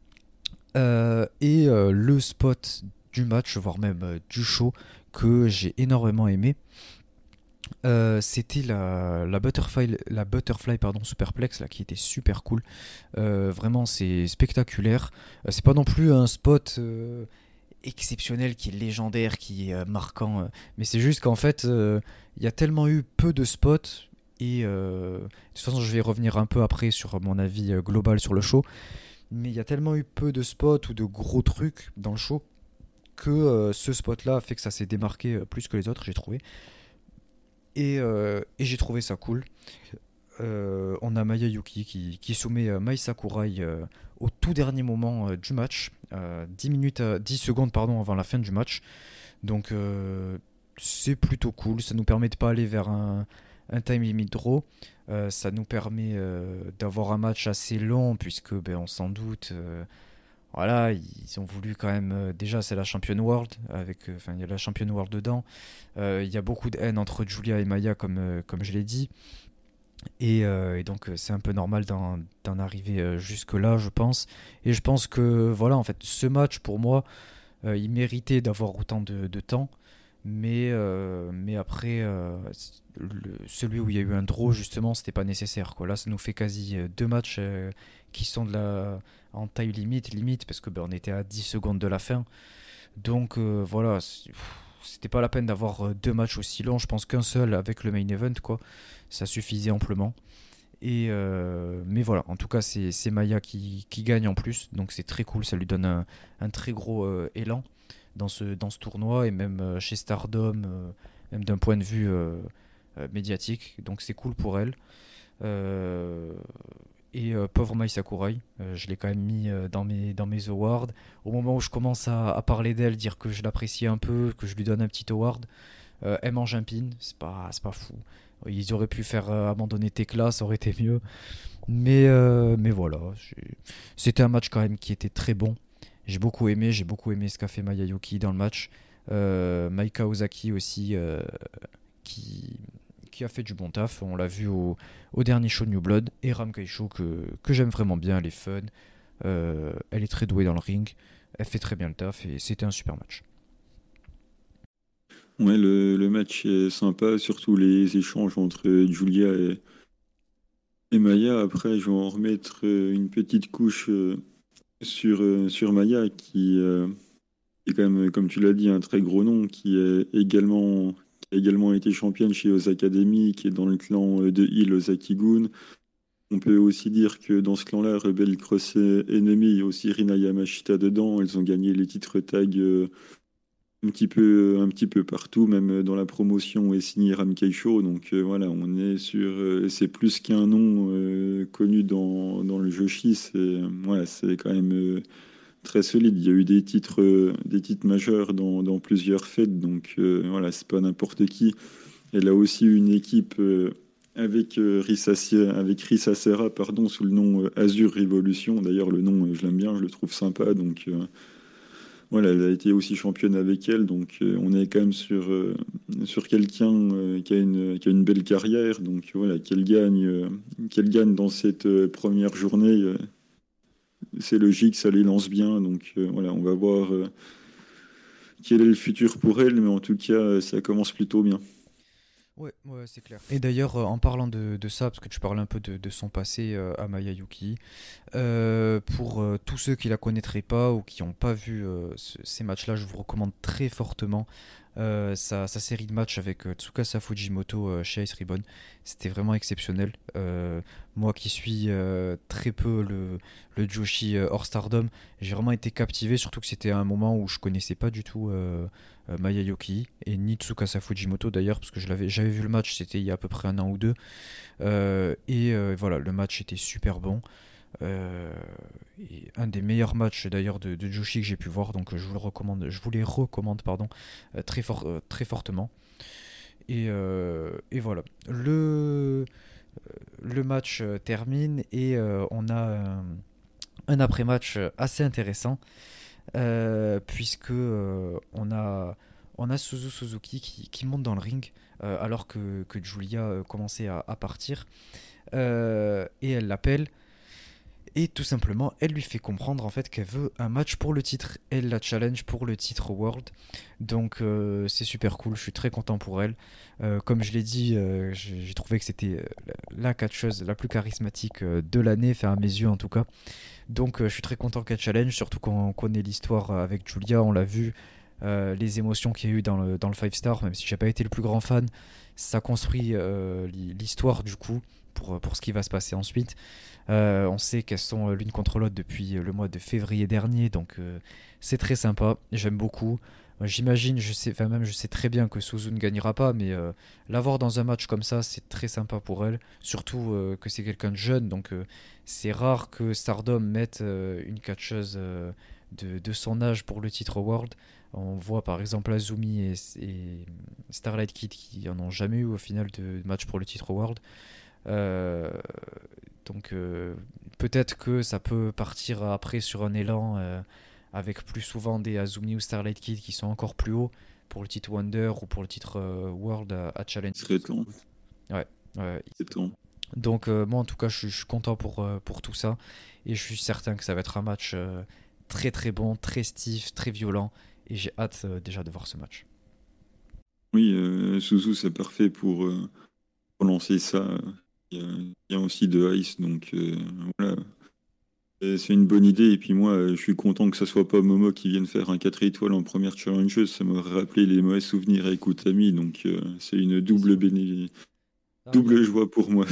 Le spot du match, voire même du show, que j'ai énormément aimé, c'était la butterfly pardon, superplex là, qui était super cool. Vraiment, c'est spectaculaire. C'est pas non plus un spot exceptionnel qui est légendaire, qui est marquant, mais c'est juste qu'en fait, il y a tellement eu peu de spots. Et de toute façon, je vais revenir un peu après sur mon avis global sur le show. Mais il y a tellement eu peu de spots ou de gros trucs dans le show que ce spot-là a fait que ça s'est démarqué plus que les autres, j'ai trouvé. Et j'ai trouvé ça cool. On a Maya Yuki qui soumet Mai Sakurai au tout dernier moment du match, 10 secondes pardon, avant la fin du match. Donc c'est plutôt cool, ça nous permet de pas aller vers un time limit draw. Ça nous permet d'avoir un match assez long puisque on s'en doute. Voilà, ils ont voulu quand même. Déjà, c'est la Champion World il y a la Champion World dedans. Il y a beaucoup de haine entre Julia et Maya, comme je l'ai dit. Et donc, c'est un peu normal d'en arriver jusque-là, je pense. Et je pense que, voilà, en fait, ce match, pour moi, il méritait d'avoir autant de temps. Mais après, celui où il y a eu un draw, justement, c'était pas nécessaire, quoi. Là, ça nous fait quasi deux matchs qui sont en time limite, parce que on était à 10 secondes de la fin. Donc voilà, c'était pas la peine d'avoir deux matchs aussi longs. Je pense qu'un seul avec le main event, quoi, ça suffisait amplement. Mais voilà, en tout cas, c'est Maya qui gagne en plus, donc c'est très cool. Ça lui donne un très gros élan dans ce tournoi et même chez Stardom, même d'un point de vue médiatique. Donc c'est cool pour elle. Euh, Pauvre Mai Sakurai, je l'ai quand même mis dans mes awards. Au moment où je commence à parler d'elle, dire que je l'apprécie un peu, que je lui donne un petit award, elle mange un pin, c'est pas fou. Ils auraient pu faire abandonner Tekla, ça aurait été mieux. Mais voilà, c'était un match quand même qui était très bon. J'ai beaucoup aimé ce qu'a fait Maya Yuki dans le match. Maika Ozaki aussi, qui, qui a fait du bon taf. On l'a vu au dernier show New Blood. Et Ram Kaisho que j'aime vraiment bien, elle est fun. Elle est très douée dans le ring. Elle fait très bien le taf et c'était un super match. Ouais, le match est sympa, surtout les échanges entre Julia et Maya. Après, je vais en remettre une petite couche sur Maya qui est quand même, comme tu l'as dit, un très gros nom, qui a également été championne chez Oz Academy, qui est dans le clan de Hill Ozaki-gun. On peut aussi dire que dans ce clan-là, Rebel Cross Enemy, il y a aussi Rina Yamashita dedans. Elles ont gagné les titres tag un petit peu partout, même dans la promotion est signé Ram Keisho. Donc voilà, on est c'est plus qu'un nom connu dans le Joshi. Voilà, c'est quand même très solide. Il y a eu des titres majeurs dans plusieurs fêtes. Donc voilà, c'est pas n'importe qui. Elle a aussi une équipe avec Risa Serra, pardon, sous le nom Azure Revolution. D'ailleurs, le nom, je l'aime bien, je le trouve sympa. Donc voilà, elle a été aussi championne avec elle, donc on est quand même sur quelqu'un qui a une belle carrière, donc voilà, qu'elle gagne dans cette première journée, c'est logique, ça les lance bien, donc voilà, on va voir quel est le futur pour elle, mais en tout cas, ça commence plutôt bien. Ouais, ouais, c'est clair. Et d'ailleurs, en parlant de ça, parce que tu parles un peu de son passé à Maya Yuki, pour tous ceux qui la connaîtraient pas ou qui n'ont pas vu ces matchs-là, je vous recommande très fortement sa série de matchs avec Tsukasa Fujimoto chez Ice Ribbon. C'était vraiment exceptionnel. Moi qui suis très peu le Joshi hors Stardom, j'ai vraiment été captivé, surtout que c'était un moment où je connaissais pas du tout Maya Yoki et ni Tsukasa Fujimoto d'ailleurs, parce que j'avais vu le match, c'était il y a à peu près un an ou deux. Voilà, le match était super bon. Euh, et un des meilleurs matchs d'ailleurs de Joshi que j'ai pu voir, donc je vous les recommande pardon, très fortement. Et voilà, le match termine et on a un après-match assez intéressant puisque on a Suzuki qui monte dans le ring alors que Julia commençait à partir et elle l'appelle et tout simplement, elle lui fait comprendre en fait qu'elle veut un match pour le titre. Elle la challenge pour le titre World. Donc c'est super cool, je suis très content pour elle. Comme je l'ai dit, j'ai trouvé que c'était la catcheuse la plus charismatique de l'année, enfin à mes yeux en tout cas. Donc je suis très content qu'elle challenge, surtout quand on connaît l'histoire avec Julia, on l'a vu, les émotions qu'il y a eu dans le 5 star, même si j'ai pas été le plus grand fan, ça construit l'histoire du coup pour ce qui va se passer ensuite. On sait qu'elles sont l'une contre l'autre depuis le mois de février dernier, donc c'est très sympa, j'aime beaucoup. J'imagine, enfin même je sais très bien que Suzu ne gagnera pas, mais l'avoir dans un match comme ça, c'est très sympa pour elle. Surtout que c'est quelqu'un de jeune, donc c'est rare que Stardom mette une catcheuse de son âge pour le titre World. On voit par exemple Azumi et Starlight Kid qui en ont jamais eu au final de match pour le titre World. Euh, donc peut-être que ça peut partir après sur un élan avec plus souvent des Azumi ou Starlight Kid qui sont encore plus hauts pour le titre Wonder ou pour le titre World à Challenge. Il serait temps. Ouais, ouais. C'est temps. Donc moi en tout cas je suis content pour tout ça et je suis certain que ça va être un match très très bon, très stiff, très violent et j'ai hâte déjà de voir ce match. Oui, Suzu, c'est parfait pour lancer ça. Il y a aussi de Ice, donc voilà. C'est une bonne idée. Et puis moi, je suis content que ça soit pas Momo qui vienne faire un 4 étoiles en première challengeuse. Ça m'a rappelé les mauvais souvenirs avec Utami. Donc c'est une Ah oui, double joie pour moi.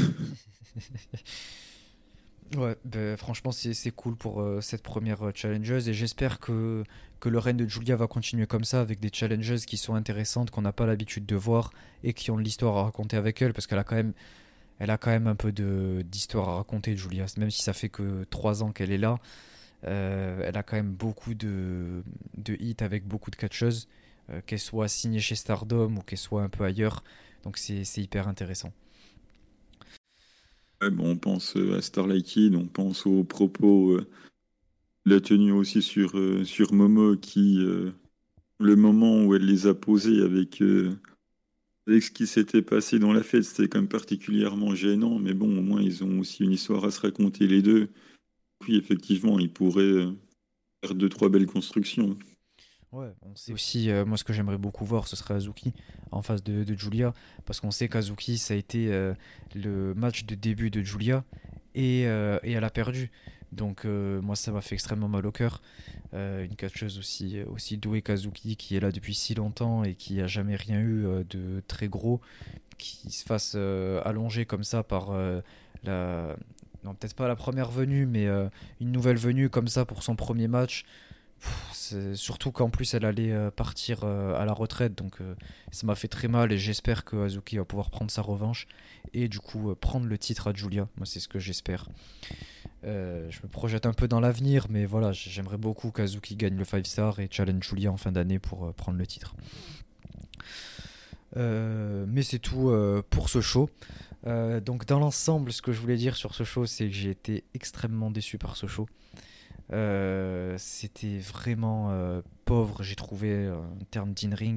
ouais, ben, franchement, c'est cool pour cette première challengeuse et j'espère que le règne de Julia va continuer comme ça avec des challengeuses qui sont intéressantes, qu'on n'a pas l'habitude de voir et qui ont de l'histoire à raconter avec elle parce elle a quand même un peu d'histoire à raconter, Julia. Même si ça fait que 3 ans qu'elle est là, elle a quand même beaucoup de hits avec beaucoup de catcheuses, qu'elle soit signée chez Stardom ou qu'elle soit un peu ailleurs. Donc c'est hyper intéressant. Ouais, bon, on pense à Starlight Kid, on pense aux propos de la tenue aussi sur Momo qui, le moment où elle les a posés avec ce qui s'était passé dans la fête, c'était quand même particulièrement gênant. Mais bon, au moins, ils ont aussi une histoire à se raconter les deux. Oui, effectivement, ils pourraient faire deux, trois belles constructions. Ouais, on sait aussi, moi ce que j'aimerais beaucoup voir, ce serait Azuki en face de Julia, parce qu'on sait qu'Azuki, ça a été le match de début de Julia, et elle a perdu. Donc moi ça m'a fait extrêmement mal au cœur. Une catcheuse aussi douée qu'Azuki, qui est là depuis si longtemps et qui a jamais rien eu de très gros, qui se fasse allonger comme ça par la... Non, peut-être pas la première venue, mais une nouvelle venue comme ça pour son premier match. Surtout qu'en plus elle allait partir à la retraite, donc ça m'a fait très mal et j'espère que Azuki va pouvoir prendre sa revanche et du coup prendre le titre à Julia. Moi c'est ce que j'espère. Je me projette un peu dans l'avenir, mais voilà, j'aimerais beaucoup qu'Azuki gagne le 5 star et challenge Julia en fin d'année pour prendre le titre. Mais c'est tout pour ce show. Donc dans l'ensemble, ce que je voulais dire sur ce show, c'est que j'ai été extrêmement déçu par ce show. C'était vraiment pauvre, j'ai trouvé en termes d'in-ring.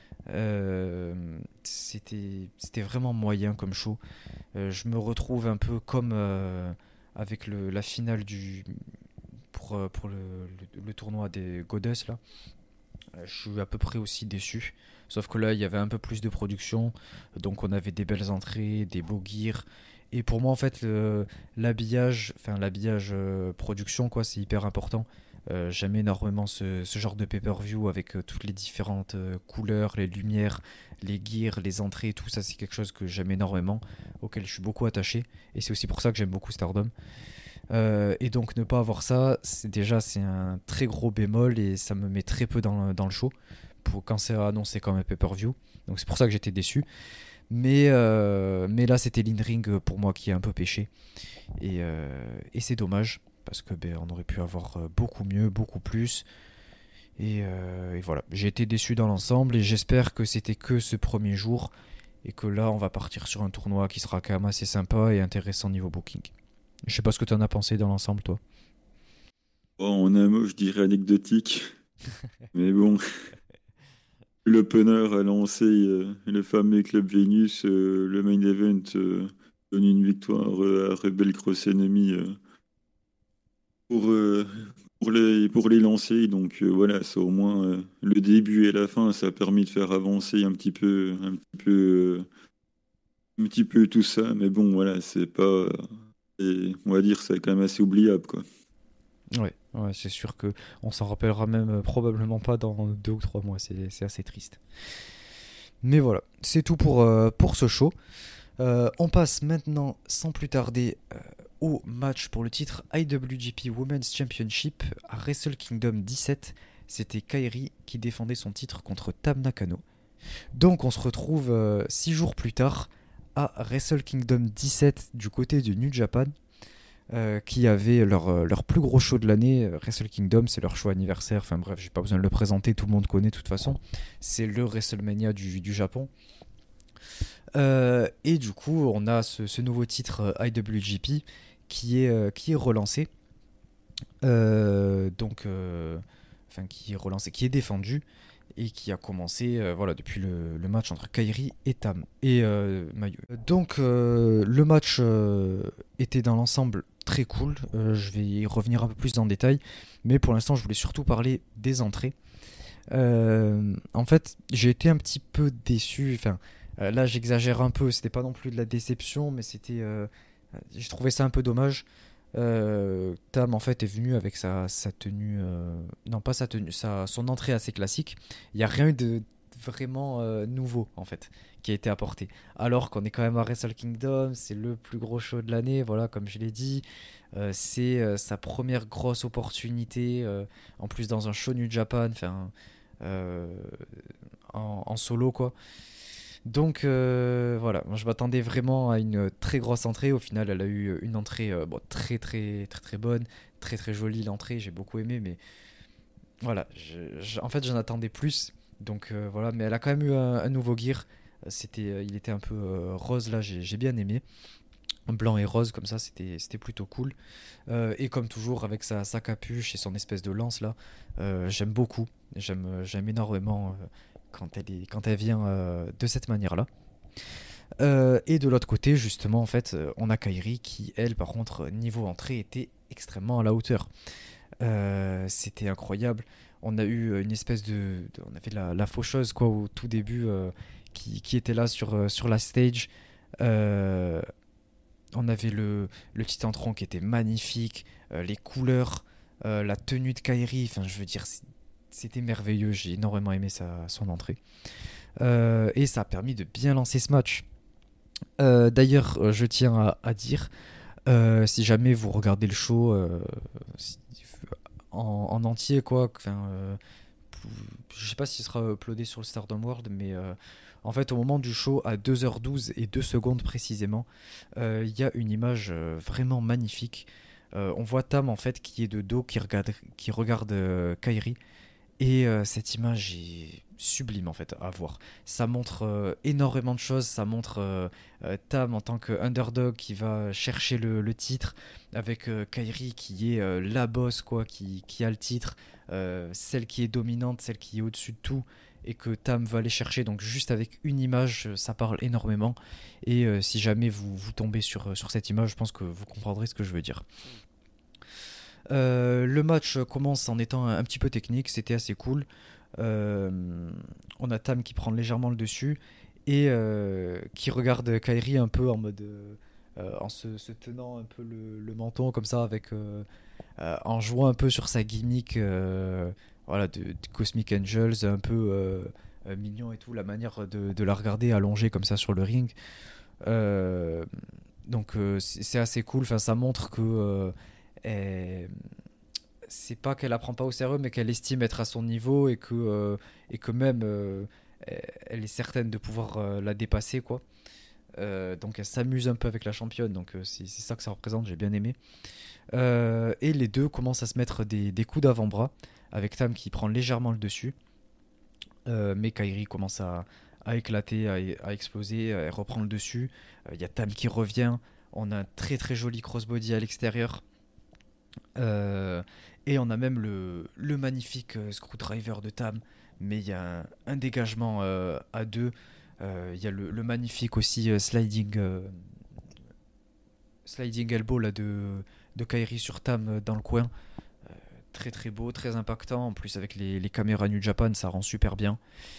C'était vraiment moyen comme show. Je me retrouve un peu comme avec la finale pour le tournoi des Goddess là. Je suis à peu près aussi déçu. Sauf que là, il y avait un peu plus de production. Donc on avait des belles entrées, des beaux gears. Et pour moi, en fait, l'habillage production, quoi, c'est hyper important. J'aime énormément ce genre de pay-per-view avec toutes les différentes couleurs, les lumières, les gears, les entrées, tout ça, c'est quelque chose que j'aime énormément, auquel je suis beaucoup attaché. Et c'est aussi pour ça que j'aime beaucoup Stardom. Et donc ne pas avoir ça, c'est un très gros bémol et ça me met très peu dans le show quand c'est annoncé comme un pay-per-view. Donc c'est pour ça que j'étais déçu. Mais là c'était l'in-ring pour moi qui a un peu péché. Et c'est dommage parce que on aurait pu avoir beaucoup mieux, beaucoup plus. Et voilà, j'ai été déçu dans l'ensemble et j'espère que c'était que ce premier jour et que là on va partir sur un tournoi qui sera quand même assez sympa et intéressant niveau booking. Je sais pas ce que tu en as pensé dans l'ensemble, toi. Bon, en un mot, je dirais anecdotique. Mais bon, l'opener a lancé le fameux Club Vénus. Le main event donne une victoire à Rebel Cross Enemy pour, euh, pour les lancer. Donc voilà, c'est au moins le début et la fin. Ça a permis de faire avancer un petit peu tout ça. Mais bon, voilà, c'est pas. On va dire, c'est quand même assez oubliable, quoi. Ouais, c'est sûr que on s'en rappellera même probablement pas dans 2 ou 3 mois. C'est assez triste. Mais voilà, c'est tout pour ce show. On passe maintenant, sans plus tarder, au match pour le titre IWGP Women's Championship à Wrestle Kingdom 17. C'était Kairi qui défendait son titre contre Tam Nakano. Donc on se retrouve 6 jours plus tard à Wrestle Kingdom 17 du côté du New Japan, qui avait leur plus gros show de l'année. Wrestle Kingdom, c'est leur show anniversaire. Enfin bref, j'ai pas besoin de le présenter, tout le monde connaît de toute façon. C'est le WrestleMania du Japon. Et du coup, on a ce nouveau titre IWGP qui est relancé. Enfin, qui est relancé, qui est défendu et qui a commencé voilà, depuis le match entre Kairi et Tam et Mayu. Donc le match était dans l'ensemble très cool. Je vais y revenir un peu plus en détail, mais pour l'instant, je voulais surtout parler des entrées. En fait, j'ai été un petit peu déçu. Enfin, là, j'exagère un peu. C'était pas non plus de la déception, mais j'ai trouvé ça un peu dommage. Tam en fait est venu avec sa tenue, non pas sa tenue, son entrée assez classique. Il n'y a rien eu de vraiment nouveau en fait qui a été apporté. Alors qu'on est quand même à Wrestle Kingdom, c'est le plus gros show de l'année, voilà, comme je l'ai dit. C'est sa première grosse opportunité, en plus dans un show New Japan, enfin en solo quoi. Donc voilà, moi, je m'attendais vraiment à une très grosse entrée. Au final, elle a eu une entrée très très très très bonne, très très jolie l'entrée. J'ai beaucoup aimé, mais voilà, en fait, j'en attendais plus. Donc voilà, mais elle a quand même eu un nouveau gear. Il était un peu rose là, j'ai bien aimé. Blanc et rose comme ça, c'était plutôt cool. Et comme toujours, avec sa capuche et son espèce de lance là, j'aime beaucoup. J'aime énormément quand elle vient de cette manière-là. Et de l'autre côté, justement, en fait, on a Kairi qui, elle, par contre, niveau entrée, était extrêmement à la hauteur. C'était incroyable. On a eu une espèce on avait la faucheuse, quoi, au tout début, qui était là sur la stage. Euh, on avait le Titantron qui était magnifique, les couleurs, la tenue de Kairi, enfin, je veux dire, c'était merveilleux. J'ai énormément aimé son entrée. Et ça a permis de bien lancer ce match. D'ailleurs, je tiens à dire, si jamais vous regardez le show en entier, quoi, je sais pas s'il sera uploadé sur le Stardom World, mais en fait, au moment du show, à 2h12 et 2 secondes précisément, il y a une image vraiment magnifique. On voit Tam en fait qui est de dos, qui regarde Kairi. Et cette image est sublime en fait à voir. Ça montre énormément de choses. Ça montre Tam en tant que underdog qui va chercher le titre, avec Kairi qui est la boss quoi, qui a le titre, celle qui est dominante, celle qui est au-dessus de tout, et que Tam va aller chercher. Donc juste avec une image, ça parle énormément. Et si jamais vous tombez sur cette image, je pense que vous comprendrez ce que je veux dire. Le match commence en étant un petit peu technique, c'était assez cool. On a Tam qui prend légèrement le dessus et qui regarde Kairi un peu en mode en se tenant un peu le menton comme ça, en jouant un peu sur sa gimmick voilà, de Cosmic Angels, un peu mignon et tout, la manière de la regarder allongée comme ça sur le ring. Euh, donc c'est assez cool, enfin, ça montre que elle- c'est pas qu'elle apprend pas au sérieux, mais qu'elle estime être à son niveau et que même elle est certaine de pouvoir la dépasser, quoi. Donc elle s'amuse un peu avec la championne, donc c'est ça que ça représente, j'ai bien aimé. Et les deux commencent à se mettre des coups d'avant-bras, avec Tam qui prend légèrement le dessus, mais Kairi commence à éclater, à exploser, elle reprend le dessus. Il y a Tam qui revient, on a un très très joli crossbody à l'extérieur. Euh, et on a même le magnifique screwdriver de Tam, mais il y a un dégagement à deux. Il y a le magnifique aussi sliding elbow là, de Kairi sur Tam dans le coin. Très très beau, très impactant. En plus, avec les caméras New Japan, ça rend super bien.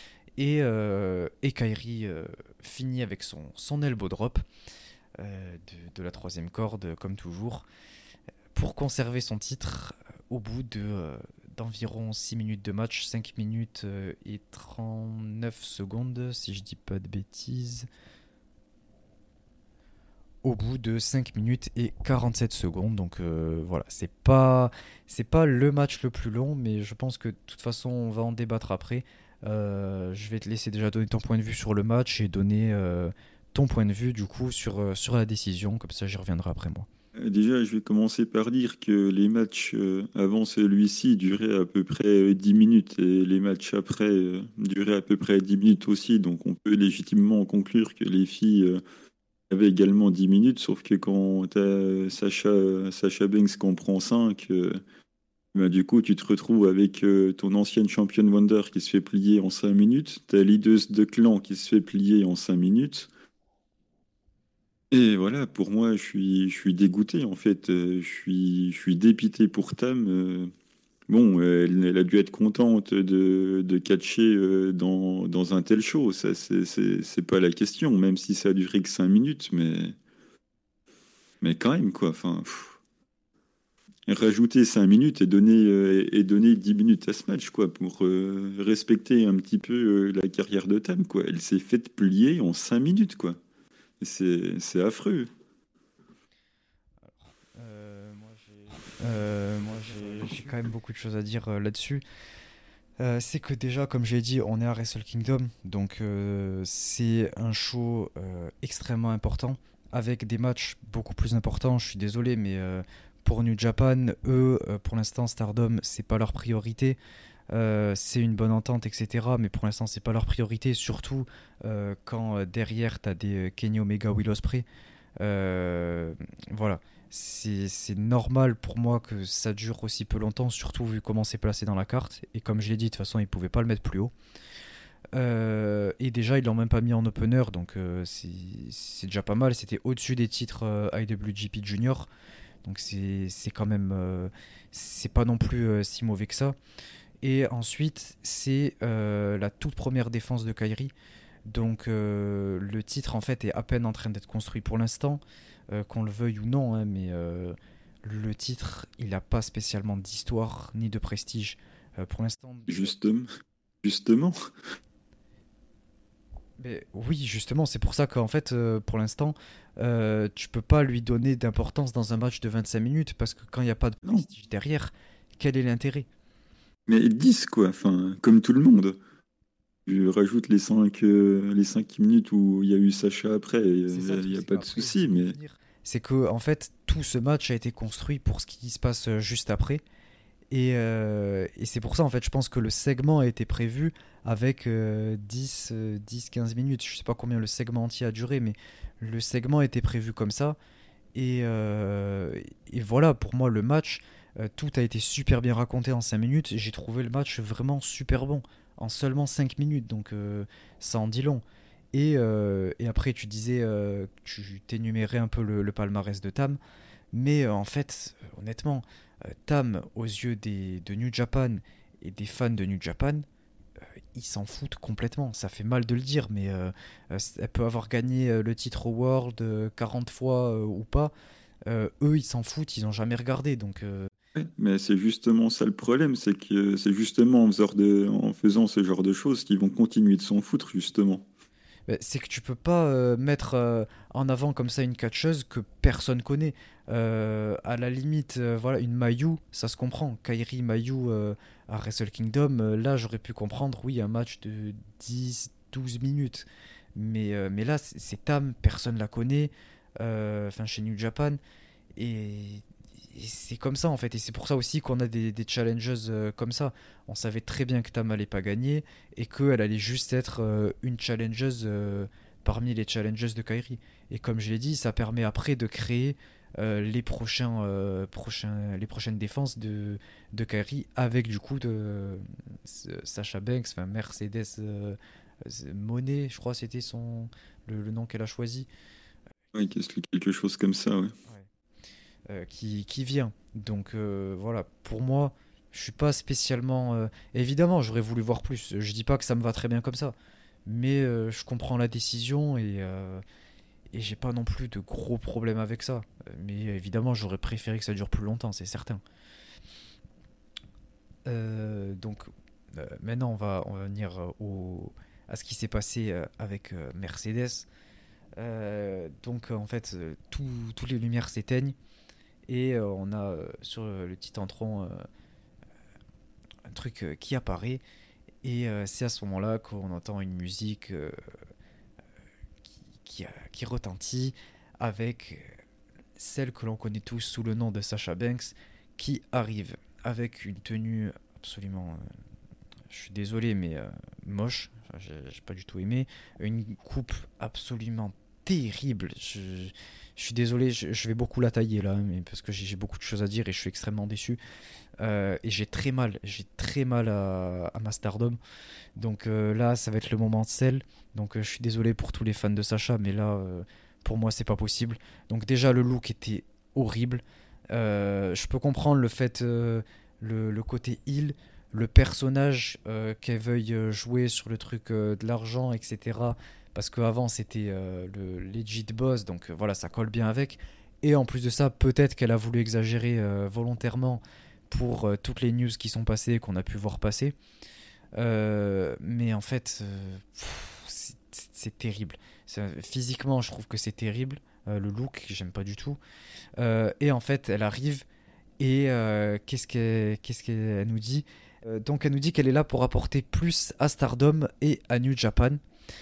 Et Kairi finit avec son elbow drop de la troisième corde, comme toujours, pour conserver son titre au bout d'environ 6 minutes de match, 5 minutes et 39 secondes, si je dis pas de bêtises. Au bout de 5 minutes et 47 secondes. Donc voilà, c'est pas le match le plus long, mais je pense que de toute façon, on va en débattre après. Je vais te laisser déjà donner ton point de vue sur le match et donner ton point de vue du coup sur la décision, comme ça j'y reviendrai après moi. Déjà, je vais commencer par dire que les matchs avant celui-ci duraient à peu près 10 minutes et les matchs après duraient à peu près 10 minutes aussi. Donc on peut légitimement conclure que les filles avaient également 10 minutes, sauf que quand t'as Sacha Banks qui en prend 5, bah, du coup tu te retrouves avec ton ancienne championne Wonder qui se fait plier en 5 minutes, ta leaduse de clan qui se fait plier en 5 minutes. Et voilà, pour moi, je suis dégoûté en fait. Je suis dépité pour Tam. Bon, elle a dû être contente de catcher dans un tel show. Ça, c'est pas la question, même si ça a duré que 5 minutes, mais quand même, quoi. Enfin, rajouter 5 minutes et donner 10 minutes à ce match, quoi, pour respecter un petit peu la carrière de Tam, quoi. Elle s'est faite plier en 5 minutes, quoi. C'est affreux. J'ai quand même beaucoup de choses à dire là-dessus. C'est que déjà, comme j'ai dit, on est à Wrestle Kingdom, donc c'est un show extrêmement important, avec des matchs beaucoup plus importants. Je suis désolé, mais pour New Japan, eux, pour l'instant, Stardom, c'est pas leur priorité. C'est une bonne entente, etc. Mais pour l'instant, c'est pas leur priorité, surtout quand derrière, t'as des Kenny Omega, Will Ospreay. Euh, voilà. C'est normal pour moi que ça dure aussi peu longtemps, surtout vu comment c'est placé dans la carte. Et comme je l'ai dit, de toute façon, ils pouvaient pas le mettre plus haut. Et déjà, ils l'ont même pas mis en opener, donc c'est déjà pas mal. C'était au-dessus des titres IWGP Junior, donc c'est quand même c'est pas non plus si mauvais que ça. Et ensuite, c'est la toute première défense de Kairi. Donc le titre en fait est à peine en train d'être construit pour l'instant, qu'on le veuille ou non, hein, mais le titre il n'a pas spécialement d'histoire ni de prestige pour l'instant. Justement, justement. Mais oui, justement, c'est pour ça qu'en fait, pour l'instant, tu peux pas lui donner d'importance dans un match de 25 minutes parce que quand il n'y a pas de Non. prestige derrière, quel est l'intérêt? Mais 10 quoi, enfin, comme tout le monde. Je rajoute les 5 minutes où il y a eu Sacha après, C'est ça le il truc, n'y a c'est pas de qu'après, je souci, voulais y mais venir. C'est que en fait, tout ce match a été construit pour ce qui se passe juste après. Et c'est pour ça, en fait, je pense que le segment a été prévu avec 10-15 minutes. Je sais pas combien le segment entier a duré, mais le segment a été prévu comme ça. Et voilà, pour moi, le match, tout a été super bien raconté en 5 minutes. J'ai trouvé le match vraiment super bon en seulement 5 minutes, donc ça en dit long. Et après, tu disais, tu t'énumérais un peu le palmarès de Tam. Mais en fait, honnêtement, Tam, aux yeux de New Japan et des fans de New Japan, ils s'en foutent complètement. Ça fait mal de le dire, mais elle peut avoir gagné le titre au World 40 fois ou pas. Eux, ils s'en foutent, ils n'ont jamais regardé. Donc, Ouais, mais c'est justement ça le problème, c'est que c'est justement en faisant ce genre de choses qu'ils vont continuer de s'en foutre, justement. c'est que tu peux pas mettre en avant comme ça une catcheuse que personne connaît. À la limite, voilà, une Mayu, ça se comprend. Kairi Mayu à Wrestle Kingdom, là j'aurais pu comprendre, oui, un match de 10-12 minutes. Mais là, c'est Tam, personne la connaît. Enfin, chez New Japan. Et, et c'est comme ça en fait. Et c'est pour ça aussi qu'on a des challengers comme ça. On savait très bien que Tam allait pas gagner et qu'elle allait juste être une challengeuse parmi les challengers de Kairi. Et comme je l'ai dit, ça permet après de créer les prochaines défenses de Kairi avec du coup Sasha Banks, enfin Mercedes Monet, je crois c'était le nom qu'elle a choisi. Oui, quelque chose comme ça, ouais. Ouais. Qui vient. Donc voilà, pour moi, je suis pas spécialement. Évidemment, j'aurais voulu voir plus. Je dis pas que ça me va très bien comme ça, mais je comprends la décision et j'ai pas non plus de gros problèmes avec ça. Mais évidemment, j'aurais préféré que ça dure plus longtemps, c'est certain. Donc maintenant, on va venir à ce qui s'est passé avec Mercedes. Donc en fait, toutes les lumières s'éteignent. Et on a sur le petit entron un truc qui apparaît. Et c'est à ce moment-là qu'on entend une musique qui retentit avec celle que l'on connaît tous sous le nom de Sasha Banks qui arrive avec une tenue absolument, je suis désolé, mais moche. Enfin, j'ai pas du tout aimé. Une coupe absolument terrible. Je suis désolé, je vais beaucoup la tailler là, mais parce que j'ai beaucoup de choses à dire et je suis extrêmement déçu. Et j'ai très mal à ma Stardom. Donc là, ça va être le moment de sel. Donc je suis désolé pour tous les fans de Sacha, mais là, pour moi, c'est pas possible. Donc déjà, le look était horrible. Je peux comprendre le fait, le côté heal, le personnage qu'elle veuille jouer sur le truc de l'argent, etc. Parce qu'avant, c'était le legit boss, donc voilà, ça colle bien avec. Et en plus de ça, peut-être qu'elle a voulu exagérer volontairement pour toutes les news qui sont passées et qu'on a pu voir passer. Mais en fait, c'est terrible. Physiquement, je trouve que c'est terrible. Le look, j'aime pas du tout. Et en fait, elle arrive et qu'est-ce qu'elle nous dit? Donc, elle nous dit qu'elle est là pour apporter plus à Stardom et à New Japan.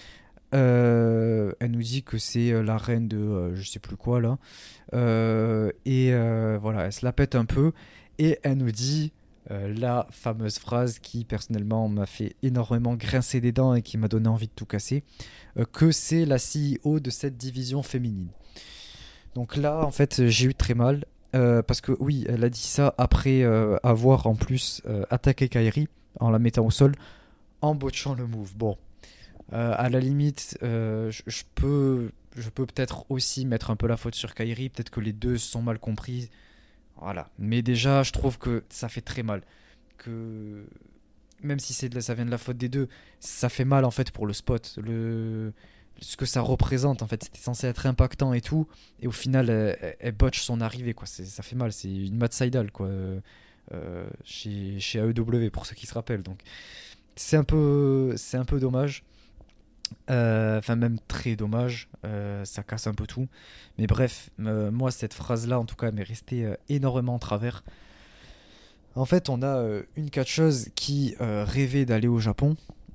Elle nous dit que c'est la reine de je sais plus quoi là. Et voilà, elle se la pète un peu. Et elle nous dit la fameuse phrase qui personnellement m'a fait énormément grincer des dents et qui m'a donné envie de tout casser, que c'est la CEO de cette division féminine. Donc là, en fait, j'ai eu très mal. Parce que oui, elle a dit ça après avoir en plus attaqué Kairi en la mettant au sol, en botchant le move. Bon, à la limite, je peux peut-être aussi mettre un peu la faute sur Kairi. Peut-être que les deux se sont mal comprises. Voilà. Mais déjà, je trouve que ça fait très mal. Que même si ça vient de la faute des deux, ça fait mal en fait pour le spot. Ce que ça représente en fait, c'était censé être impactant et tout, et au final elle botche son arrivée quoi. Ça fait mal, c'est une Matt Sydal quoi, chez AEW pour ceux qui se rappellent. Donc c'est un peu dommage. Enfin même très dommage, ça casse un peu tout, mais bref, moi cette phrase là en tout cas m'est restée énormément en travers. En fait on a une catcheuse qui rêvait d'aller au Japon,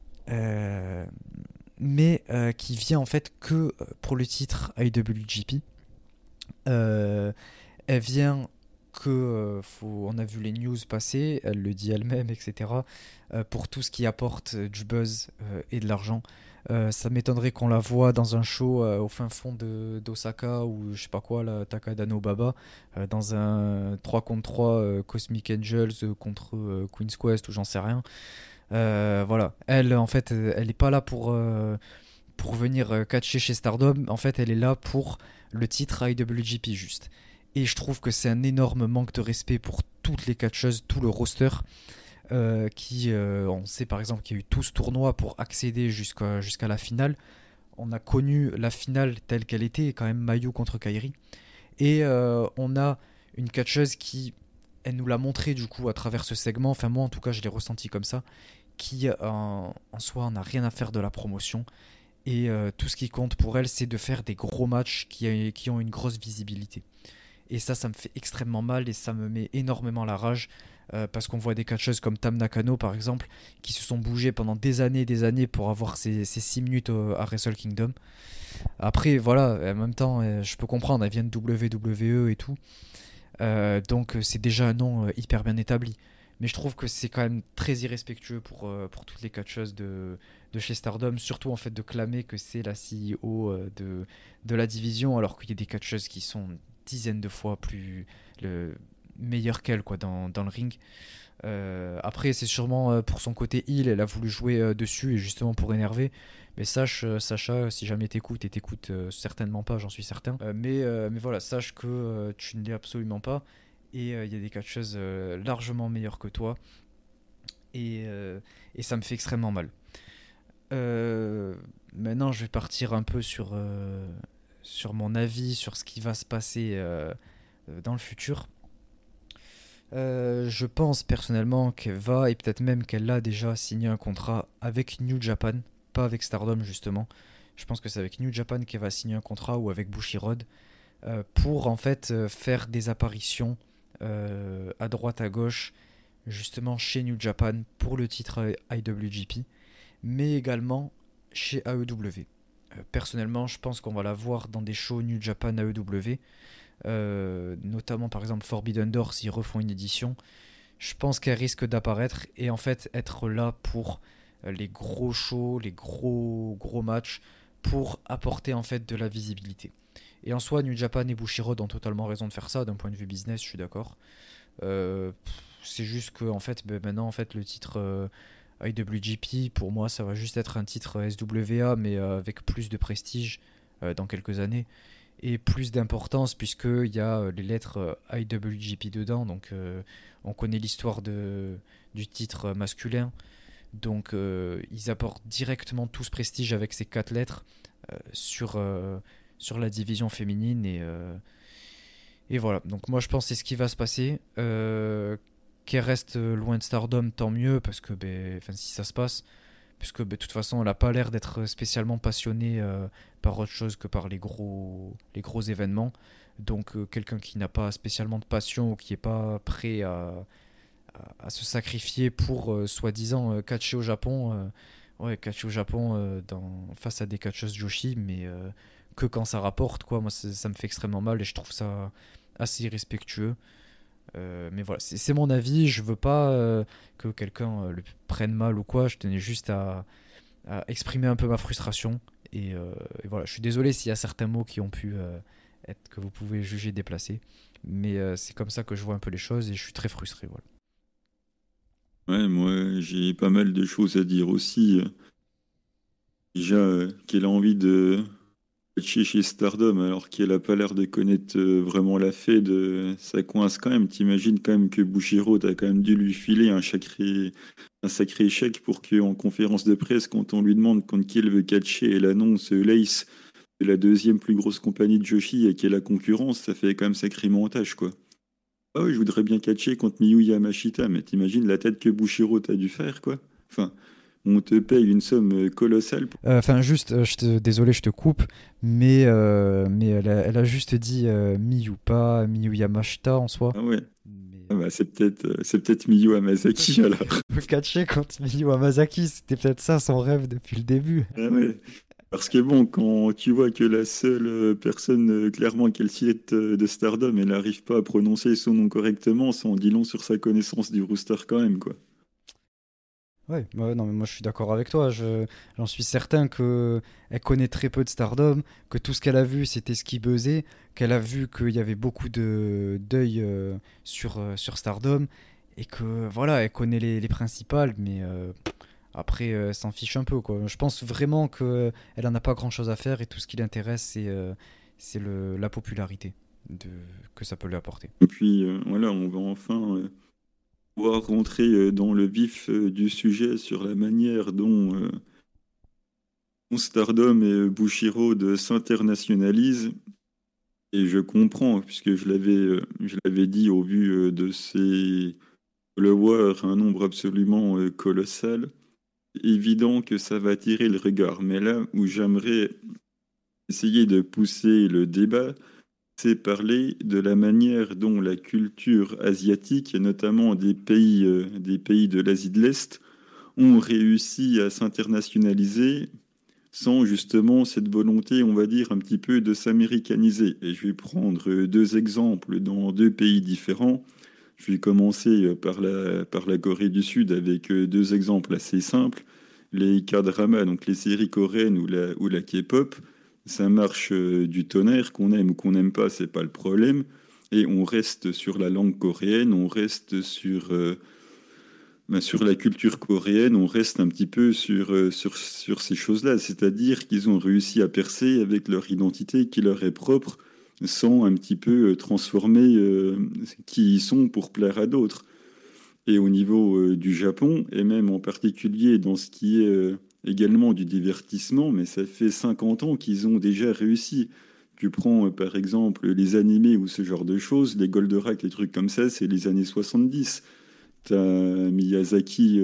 mais qui vient en fait que pour le titre IWGP. Elle vient que on a vu les news passer, elle le dit elle-même, etc. Pour tout ce qui apporte du buzz et de l'argent. Ça m'étonnerait qu'on la voit dans un show au fin fond d'Osaka ou je sais pas quoi, la Takadano Baba, dans un 3 contre 3 Cosmic Angels contre Queen's Quest ou j'en sais rien. Voilà, elle en fait, elle est pas là pour venir catcher chez Stardom. En fait, elle est là pour le titre IWGP juste. Et je trouve que c'est un énorme manque de respect pour toutes les catcheuses, tout le roster. On sait par exemple qu'il y a eu tout ce tournoi pour accéder jusqu'à la finale. On a connu la finale telle qu'elle était, quand même Mayu contre Kairi. Et on a une catcheuse qui, elle nous l'a montré du coup à travers ce segment, enfin moi en tout cas je l'ai ressenti comme ça, qui en soi n'a rien à faire de la promotion. Et tout ce qui compte pour elle, c'est de faire des gros matchs qui ont une grosse visibilité. Et ça me fait extrêmement mal et ça me met énormément la rage. Parce qu'on voit des catcheuses comme Tam Nakano par exemple qui se sont bougées pendant des années et des années pour avoir ces 6 minutes à Wrestle Kingdom. Après voilà, en même temps je peux comprendre, elles viennent de WWE et tout. Donc c'est déjà un nom hyper bien établi. Mais je trouve que c'est quand même très irrespectueux pour toutes les catcheuses de chez Stardom, surtout en fait de clamer que c'est la CEO de la division, alors qu'il y a des catcheuses qui sont dizaines de fois plus meilleures qu'elle quoi, dans le ring. Après, c'est sûrement pour son côté heel, elle a voulu jouer dessus et justement pour énerver. Mais sache, Sacha, si jamais t'écoutes, et t'écoutes certainement pas, j'en suis certain. Mais voilà, sache que tu ne l'es absolument pas. Et il y a des catcheuses largement meilleures que toi. Et ça me fait extrêmement mal. Maintenant, je vais partir un peu sur mon avis, sur ce qui va se passer dans le futur. Je pense personnellement qu'elle va, et peut-être même qu'elle a déjà signé un contrat avec New Japan, pas avec Stardom justement. Je pense que c'est avec New Japan qu'elle va signer un contrat ou avec Bushiroad pour en fait faire des apparitions à droite à gauche justement chez New Japan pour le titre IWGP, mais également chez AEW. Personnellement, je pense qu'on va la voir dans des shows New Japan AEW. Notamment par exemple Forbidden Door s'ils refont une édition, je pense qu'elle risque d'apparaître et en fait être là pour les gros shows, les gros matchs pour apporter en fait de la visibilité. Et en soi, New Japan et Bushiroad ont totalement raison de faire ça d'un point de vue business, je suis d'accord. Euh, c'est juste que en fait, maintenant en fait le titre IWGP pour moi ça va juste être un titre SWA mais avec plus de prestige dans quelques années et plus d'importance puisqu'il y a les lettres IWGP dedans, donc on connaît l'histoire du titre masculin, donc ils apportent directement tout ce prestige avec ces 4 lettres sur la division féminine et voilà, donc moi je pense que c'est ce qui va se passer. Qu'elle reste loin de Stardom, tant mieux, parce que si ça se passe, puisque de toute façon elle n'a pas l'air d'être spécialement passionnée par autre chose que par les gros événements. Donc quelqu'un qui n'a pas spécialement de passion ou qui n'est pas prêt à se sacrifier pour soi-disant catcher au Japon, catcher au Japon face à des catcheuses Joshi, mais que quand ça rapporte, quoi. Moi ça me fait extrêmement mal et je trouve ça assez irrespectueux. Mais voilà, c'est mon avis. Je veux pas que quelqu'un le prenne mal ou quoi. Je tenais juste à exprimer un peu ma frustration. Et voilà, je suis désolé s'il y a certains mots qui ont pu être que vous pouvez juger déplacés. Mais c'est comme ça que je vois un peu les choses et je suis très frustré. Voilà. Ouais, moi j'ai pas mal de choses à dire aussi. Déjà, qu'elle a envie de chez Stardom alors qu'elle a pas l'air de connaître vraiment la Fed, ça coince quand même. T'imagines quand même que Bushiroad a quand même dû lui filer un sacré chèque pour qu'en conférence de presse, quand on lui demande contre qui elle veut catcher, elle annonce Lace, c'est la deuxième plus grosse compagnie de Joshi et qui est la concurrence, ça fait quand même sacré montage, quoi. Ah oui, je voudrais bien catcher contre Miyu Yamashita, mais t'imagines la tête que Bushiroad a dû faire, quoi. Enfin, on te paye une somme colossale. Enfin, juste, désolé, je te coupe, mais elle a juste dit Miyu, pas Miyu Yamashita en soi. Ah ouais. Mais Ah bah, c'est peut-être Miyu Hamasaki alors. catcher contre Miyu Hamasaki, c'était peut-être ça son rêve depuis le début. Ah ouais. Parce que bon, quand tu vois que la seule personne clairement qu'elle cite de Stardom, elle n'arrive pas à prononcer son nom correctement, ça en dit long sur sa connaissance du rooster quand même, quoi. Ouais, non, mais moi je suis d'accord avec toi. J'en suis certain que elle connaît très peu de Stardom, que tout ce qu'elle a vu c'était ce qui buzzait, qu'elle a vu qu'il y avait beaucoup de deuil sur Stardom, et que voilà, elle connaît les principales, mais après elle s'en fiche un peu quoi. Je pense vraiment que elle en a pas grand chose à faire et tout ce qui l'intéresse c'est la popularité que ça peut lui apporter. Et puis voilà, on va enfin pouvoir rentrer dans le vif du sujet sur la manière dont Stardom et Bushiroad s'internationalisent. Et je comprends, puisque je l'avais dit au vu de ses followers, un nombre absolument colossal, évident que ça va attirer le regard. Mais là où j'aimerais essayer de pousser le débat, c'est parler de la manière dont la culture asiatique, et notamment des pays de l'Asie de l'Est, ont réussi à s'internationaliser sans justement cette volonté, on va dire, un petit peu de s'américaniser. Et je vais prendre deux exemples dans deux pays différents. Je vais commencer par la Corée du Sud avec deux exemples assez simples. Les K-dramas, donc les séries coréennes ou la K-pop, ça marche du tonnerre, qu'on aime ou qu'on n'aime pas, c'est pas le problème. Et on reste sur la langue coréenne, on reste sur la culture coréenne, on reste un petit peu sur ces choses-là. C'est-à-dire qu'ils ont réussi à percer avec leur identité qui leur est propre, sans un petit peu transformer qui ils sont pour plaire à d'autres. Et au niveau du Japon, et même en particulier dans ce qui est également du divertissement, mais ça fait 50 ans qu'ils ont déjà réussi. Tu prends par exemple les animés ou ce genre de choses, les Goldorak, les trucs comme ça, c'est les années 70. T'as Miyazaki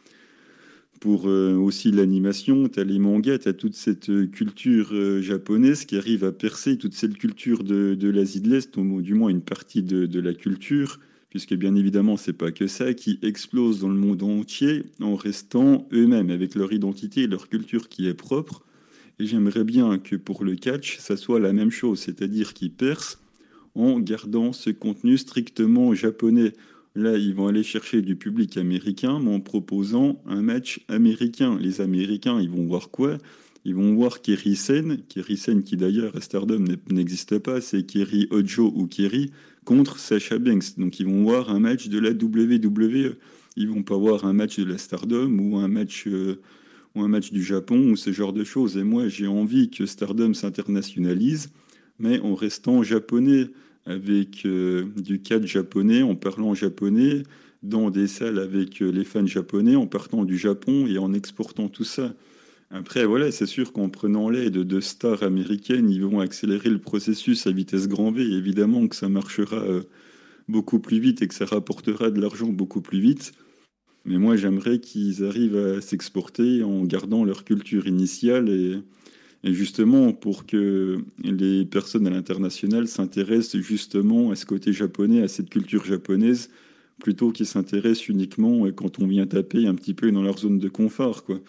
pour aussi l'animation, t'as les mangas, t'as toute cette culture japonaise qui arrive à percer toute cette culture de l'Asie de l'Est, ou du moins une partie de la culture, puisque bien évidemment c'est pas que ça, qui explose dans le monde entier en restant eux-mêmes, avec leur identité et leur culture qui est propre. Et j'aimerais bien que pour le catch, ça soit la même chose, c'est-à-dire qu'ils percent en gardant ce contenu strictement japonais. Là, ils vont aller chercher du public américain, mais en proposant un match américain. Les Américains, ils vont voir quoi? Ils vont voir Kerry Sen qui d'ailleurs à Stardom n'existe pas, c'est Kerry Ojo ou Kerry contre Sasha Banks. Donc ils vont voir un match de la WWE. Ils vont pas voir un match de la Stardom ou un match du Japon ou ce genre de choses. Et moi, j'ai envie que Stardom s'internationalise, mais en restant japonais, avec du catch japonais, en parlant japonais, dans des salles avec les fans japonais, en partant du Japon et en exportant tout ça. Après, voilà, c'est sûr qu'en prenant l'aide de stars américaines, ils vont accélérer le processus à vitesse grand V. Évidemment que ça marchera beaucoup plus vite et que ça rapportera de l'argent beaucoup plus vite. Mais moi, j'aimerais qu'ils arrivent à s'exporter en gardant leur culture initiale et justement pour que les personnes à l'international s'intéressent justement à ce côté japonais, à cette culture japonaise, plutôt qu'ils s'intéressent uniquement quand on vient taper un petit peu dans leur zone de confort, quoi.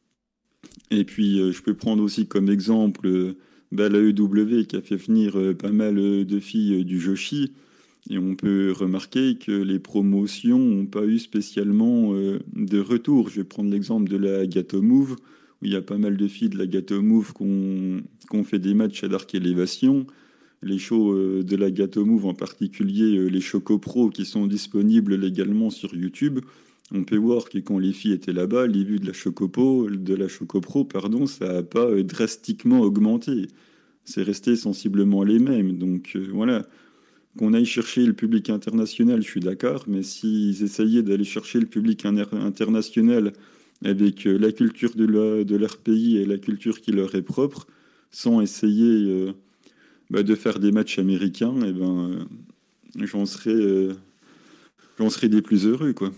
Et puis, je peux prendre aussi comme exemple la EW qui a fait venir pas mal de filles du Joshi. Et on peut remarquer que les promotions n'ont pas eu spécialement de retour. Je vais prendre l'exemple de la Gato Move, où il y a pas mal de filles de la Gato Move qui ont fait des matchs à Dark Elevation. Les shows de la Gato Move, en particulier les Choco Pro, qui sont disponibles légalement sur YouTube. On peut voir que quand les filles étaient là-bas, les vues de la Choco Pro, pardon, ça n'a pas drastiquement augmenté. C'est resté sensiblement les mêmes. Donc voilà. Qu'on aille chercher le public international, je suis d'accord, mais s'ils essayaient d'aller chercher le public international avec la culture de leur pays et la culture qui leur est propre, sans essayer de faire des matchs américains, eh ben, j'en serais, j'en serais des plus heureux, quoi.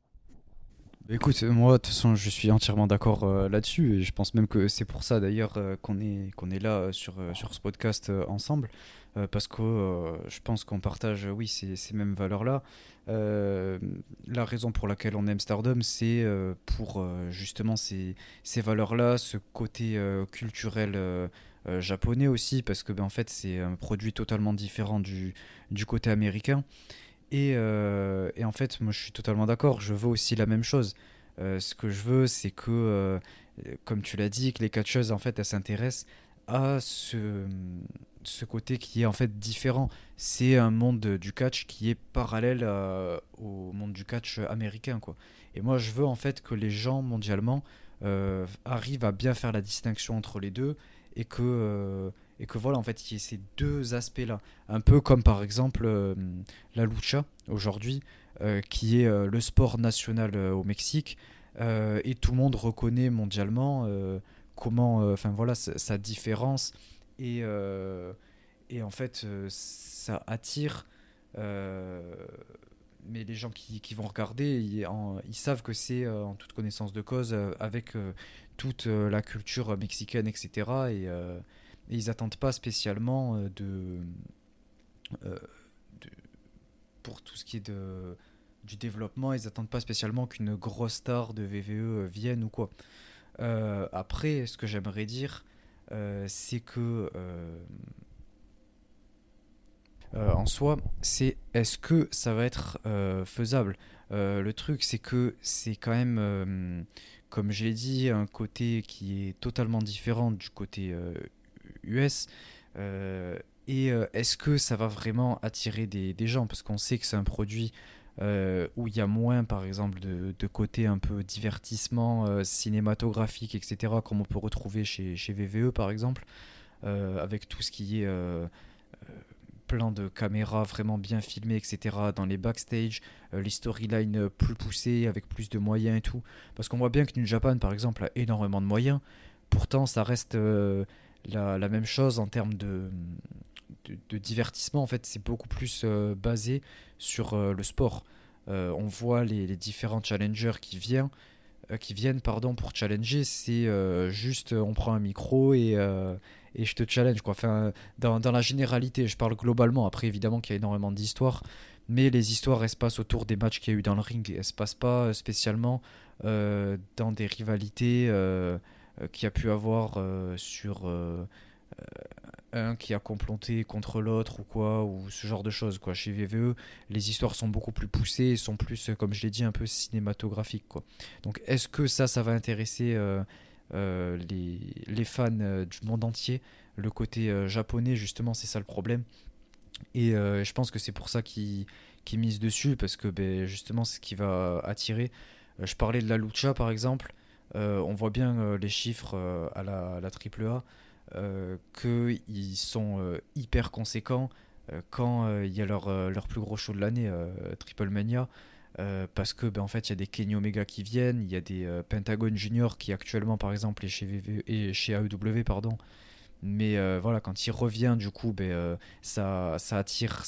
Écoute, moi, de toute façon, je suis entièrement d'accord là-dessus, et je pense même que c'est pour ça d'ailleurs qu'on est là sur ce podcast ensemble, parce que je pense qu'on partage, oui, ces mêmes valeurs-là. Euh, la raison pour laquelle on aime Stardom, c'est pour justement ces valeurs-là, ce côté culturel japonais aussi, parce que ben, en fait, c'est un produit totalement différent du côté américain. Et en fait, moi je suis totalement d'accord, je veux aussi la même chose. Ce que je veux, c'est que, comme tu l'as dit, que les catcheuses, en fait, elles s'intéressent à ce côté qui est en fait différent. C'est un monde du catch qui est parallèle au monde du catch américain, quoi. Et moi, je veux en fait que les gens mondialement arrivent à bien faire la distinction entre les deux et que et que voilà, en fait, il y ait ces deux aspects-là. Un peu comme par exemple la lucha aujourd'hui, qui est le sport national au Mexique, et tout le monde reconnaît mondialement comment, enfin voilà, sa différence, et, et en fait, ça attire. euh, mais les gens qui vont regarder, ils savent que c'est en toute connaissance de cause, avec toute la culture mexicaine, etc. Et ils n'attendent pas spécialement euh, de- pour tout ce qui est du développement, ils n'attendent pas spécialement qu'une grosse star de VVE vienne ou quoi. Après, ce que j'aimerais dire, c'est que en soi, c'est est-ce que ça va être faisable. Le truc, c'est que c'est quand même, comme j'ai dit, un côté qui est totalement différent du côté US. Euh, et est-ce que ça va vraiment attirer des gens? Parce qu'on sait que c'est un produit où il y a moins, par exemple, de côté un peu divertissement cinématographique, etc., comme on peut retrouver chez VVE, par exemple, avec tout ce qui est plein de caméras vraiment bien filmées, etc. dans les backstage, les storylines plus poussées, avec plus de moyens et tout. Parce qu'on voit bien que New Japan, par exemple, a énormément de moyens. Pourtant, ça reste la même chose en termes de divertissement. En fait, c'est beaucoup plus basé sur le sport. On voit les différents challengers qui viennent pardon, pour challenger, c'est juste on prend un micro et je te challenge quoi. Enfin, dans la généralité, je parle globalement. Après, évidemment qu'il y a énormément d'histoires, mais les histoires elles se passent autour des matchs qu'il y a eu dans le ring. Elles se passent pas spécialement dans des rivalités qu'il y a pu avoir sur un qui a comploté contre l'autre ou quoi, ou ce genre de choses quoi. Chez VVE, les histoires sont beaucoup plus poussées, sont plus, comme je l'ai dit, un peu cinématographiques quoi. Donc est-ce que ça va intéresser les fans du monde entier? Le côté japonais, justement, c'est ça le problème. Et je pense que c'est pour ça qu'ils misent dessus, parce que ben, justement, c'est ce qui va attirer. Je parlais de la lucha, par exemple. On voit bien les chiffres à la AAA, qu'ils sont hyper conséquents quand il y a leur plus gros show de l'année, Triple Mania. Parce que ben, en fait il y a des Kenny Omega qui viennent, il y a des Pentagon Junior qui actuellement par exemple est chez VV, et chez AEW pardon, mais voilà, quand il revient, du coup, ben, ça attire,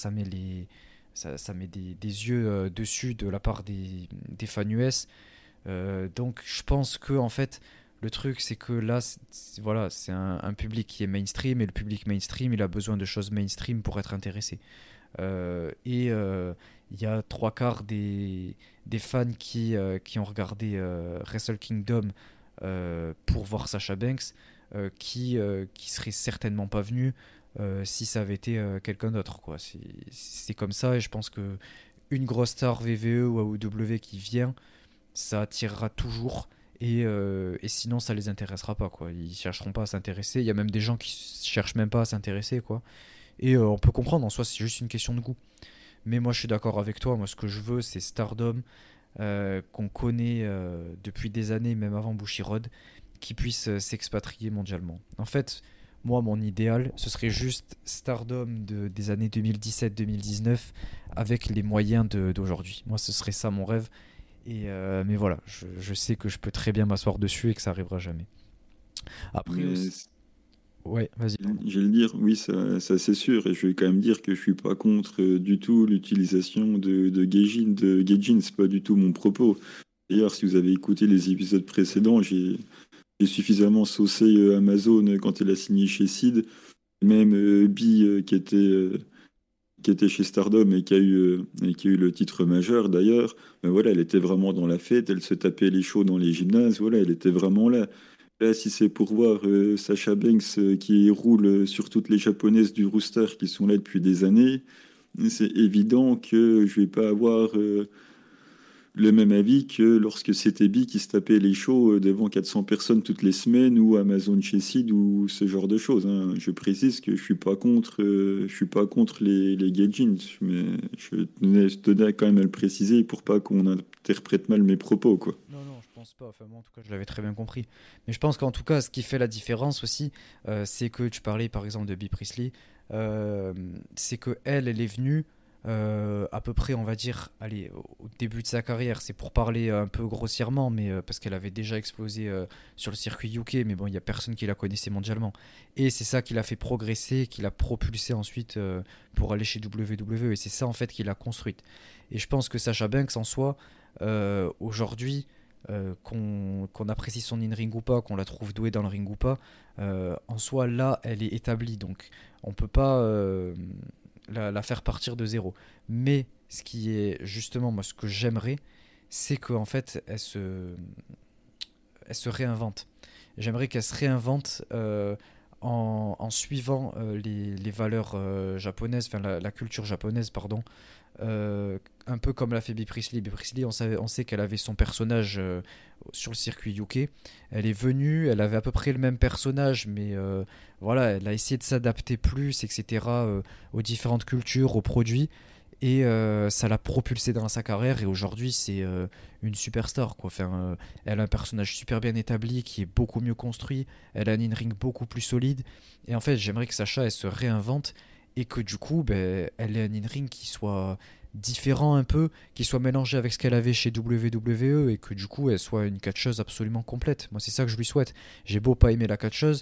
ça met des yeux dessus de la part des fans US. Donc, je pense que, en fait, le truc, c'est que là, voilà, c'est un public qui est mainstream, et le public mainstream, il a besoin de choses mainstream pour être intéressé. Et il y a trois quarts des fans qui ont regardé Wrestle Kingdom pour voir Sasha Banks, qui serait certainement pas venu si ça avait été quelqu'un d'autre quoi. C'est comme ça, et je pense que une grosse star VVE ou AEW qui vient, ça attirera toujours, et sinon ça les intéressera pas quoi. Ils chercheront pas à s'intéresser. Il y a même des gens qui cherchent même pas à s'intéresser quoi. Et on peut comprendre, en soi c'est juste une question de goût. Mais moi je suis d'accord avec toi. Moi ce que je veux c'est Stardom, qu'on connaît depuis des années, même avant Bushiroad, qui puisse s'expatrier mondialement. En fait, moi, mon idéal, ce serait juste Stardom des années 2017-2019 avec les moyens d'aujourd'hui. Moi, ce serait ça mon rêve. Mais voilà, je sais que je peux très bien m'asseoir dessus et que ça arrivera jamais. Après Mais aussi... Ouais, vas-y, pardon. je vais le dire, oui, ça c'est sûr, et je vais quand même dire que je suis pas contre du tout l'utilisation de Gaijin. C'est pas du tout mon propos. D'ailleurs, si vous avez écouté les épisodes précédents, j'ai suffisamment saucé Amazon quand elle a signé chez Sid, même Bee qui était chez Stardom et qui a eu le titre majeur d'ailleurs. Mais voilà, elle était vraiment dans la fête, elle se tapait les shows dans les gymnases, voilà, elle était vraiment là. Là, si c'est pour voir Sasha Banks qui roule sur toutes les japonaises du rooster qui sont là depuis des années, c'est évident que je vais pas avoir le même avis que lorsque c'était Bi qui se tapait les shows devant 400 personnes toutes les semaines, ou Amazon chez Sid, ou ce genre de choses, hein. Je précise que je suis pas contre les gaijins, mais je tenais quand même à le préciser pour pas qu'on interprète mal mes propos, quoi. pense pas. Enfin, moi, en tout cas, je l'avais très bien compris. Mais je pense qu'en tout cas, ce qui fait la différence aussi, c'est que tu parlais par exemple de Bea Priestley, euh, c'est que elle est venue à peu près, on va dire, allez, au début de sa carrière. C'est pour parler un peu grossièrement, mais parce qu'elle avait déjà explosé sur le circuit UK, mais bon, il y a personne qui la connaissait mondialement. Et c'est ça qui l'a fait progresser, qui l'a propulsé ensuite pour aller chez WWE. Et c'est ça en fait qui l'a construite. Et je pense que Sasha Banks en soi, aujourd'hui, qu'on apprécie son in-ring ou pas, qu'on la trouve douée dans le ring ou pas, en soi là elle est établie, donc on peut pas la faire partir de zéro. Mais ce qui est justement moi ce que j'aimerais, c'est qu'en fait elle se réinvente. J'aimerais qu'elle se réinvente en suivant les valeurs japonaises, enfin la culture japonaise, pardon. Un peu comme l'a fait Bea Priestley. Bea Priestley, on sait qu'elle avait son personnage sur le circuit UK. Elle est venue, elle avait à peu près le même personnage, mais voilà, elle a essayé de s'adapter plus, etc., aux différentes cultures, aux produits. Et ça l'a propulsée dans sa carrière. Et aujourd'hui, c'est une superstar, quoi. Enfin, elle a un personnage super bien établi, qui est beaucoup mieux construit. Elle a un in-ring beaucoup plus solide. Et en fait, j'aimerais que Sacha, elle se réinvente et que du coup, ben, elle ait un in-ring qui soit différent un peu, qui soit mélangé avec ce qu'elle avait chez WWE et que du coup, elle soit une catcheuse absolument complète. Moi, c'est ça que je lui souhaite. J'ai beau pas aimer la catcheuse,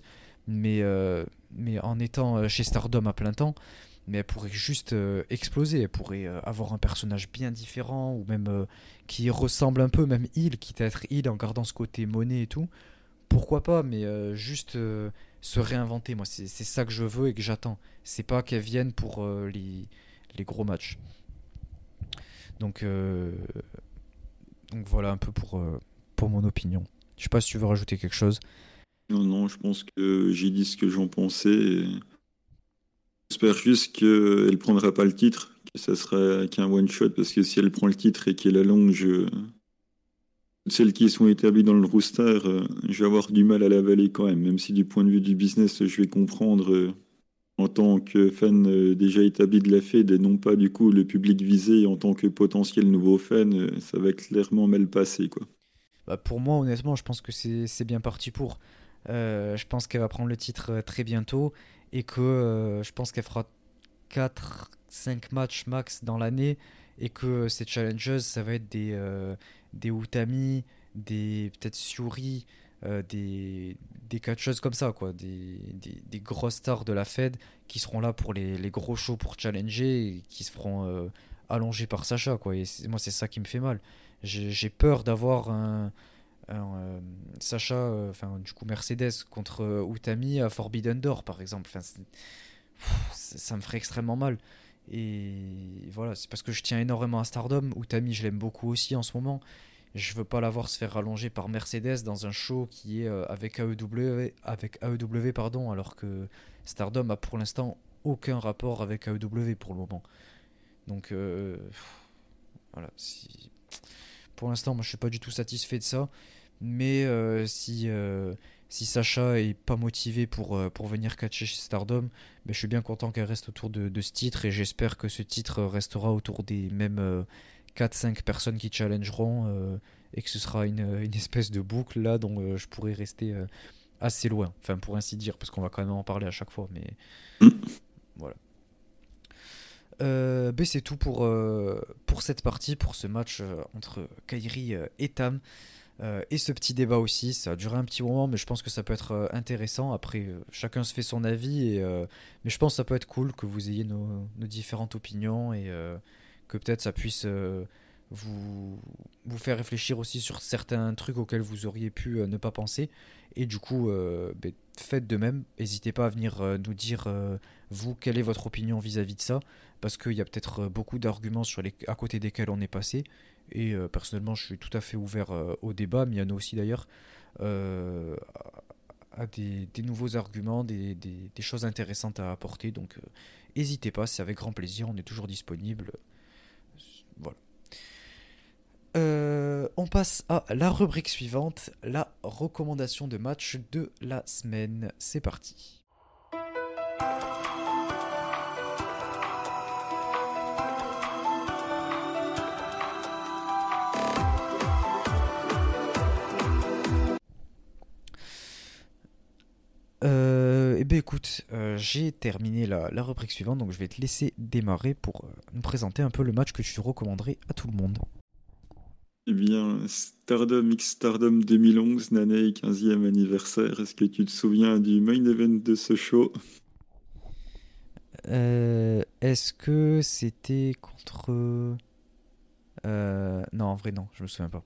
mais en étant chez Stardom à plein temps, mais elle pourrait juste exploser. Elle pourrait avoir un personnage bien différent ou même qui ressemble un peu, même heel, quitte à être heel en gardant ce côté monnaie et tout. Pourquoi pas, mais juste se réinventer. Moi, c'est ça que je veux et que j'attends. C'est pas qu'elle vienne pour les gros matchs. Donc, euh, donc voilà un peu pour mon opinion. Je sais pas si tu veux rajouter quelque chose. Non, non, je pense que j'ai dit ce que j'en pensais. J'espère juste qu'elle ne prendra pas le titre, que ça sera qu'un one-shot, parce que si elle prend le titre et qu'elle allonge toutes celles qui sont établies dans le roster, je vais avoir du mal à l'avaler quand même si du point de vue du business, je vais comprendre en tant que fan déjà établi de la Fed et non pas du coup le public visé en tant que potentiel nouveau fan, ça va clairement mal passer, quoi. Bah, pour moi, honnêtement, je pense que c'est bien parti pour. Je pense qu'elle va prendre le titre très bientôt et que je pense qu'elle fera 4 5 matchs max dans l'année et que ces challengers, ça va être des Utami, des peut-être Syuri, des catcheuses comme ça, quoi, des grosses stars de la Fed qui seront là pour les gros shows pour challenger et qui se feront allonger par Sacha, quoi. Et moi, c'est ça qui me fait mal. J'ai peur d'avoir Sacha, enfin du coup Mercedes contre Utami à Forbidden Door par exemple. Enfin, ça me ferait extrêmement mal. Et voilà, c'est parce que je tiens énormément à Stardom. Utami, je l'aime beaucoup aussi en ce moment. Je veux pas la voir se faire rallonger par Mercedes dans un show qui est avec AEW pardon, alors que Stardom a pour l'instant aucun rapport avec AEW pour le moment. Donc voilà, pour l'instant, moi je suis pas du tout satisfait de ça. Mais si Sacha est pas motivée pour venir catcher chez Stardom, mais je suis bien content qu'elle reste autour de ce titre et j'espère que ce titre restera autour des mêmes 4 5 personnes qui challengeront et que ce sera une espèce de boucle là dont je pourrais rester assez loin, enfin pour ainsi dire, parce qu'on va quand même en parler à chaque fois, mais voilà. Ben c'est tout pour cette partie, pour ce match entre Kairi et Tam. Et ce petit débat aussi, ça a duré un petit moment, mais je pense que ça peut être intéressant. Après, chacun se fait son avis, mais je pense que ça peut être cool que vous ayez nos différentes opinions et que peut-être ça puisse vous faire réfléchir aussi sur certains trucs auxquels vous auriez pu ne pas penser. Et du coup, ben, faites de même. N'hésitez pas à venir nous dire, vous, quelle est votre opinion vis-à-vis de ça, parce qu'il y a peut-être beaucoup d'arguments à côté desquels on est passé. Et personnellement, je suis tout à fait ouvert au débat, mais il y en a aussi d'ailleurs à des nouveaux arguments, des choses intéressantes à apporter. Donc, n'hésitez pas, c'est avec grand plaisir, on est toujours disponible. Voilà. On passe à la rubrique suivante, la recommandation de match de la semaine. C'est parti. ben écoute, j'ai terminé la rubrique suivante, donc je vais te laisser démarrer pour nous présenter un peu le match que tu recommanderais à tout le monde. Eh bien, Stardom X Stardom 2011, Nanae 15e anniversaire. Est-ce que tu te souviens du main event de ce show? Est-ce que c'était contre... Non, en vrai, non, je me souviens pas.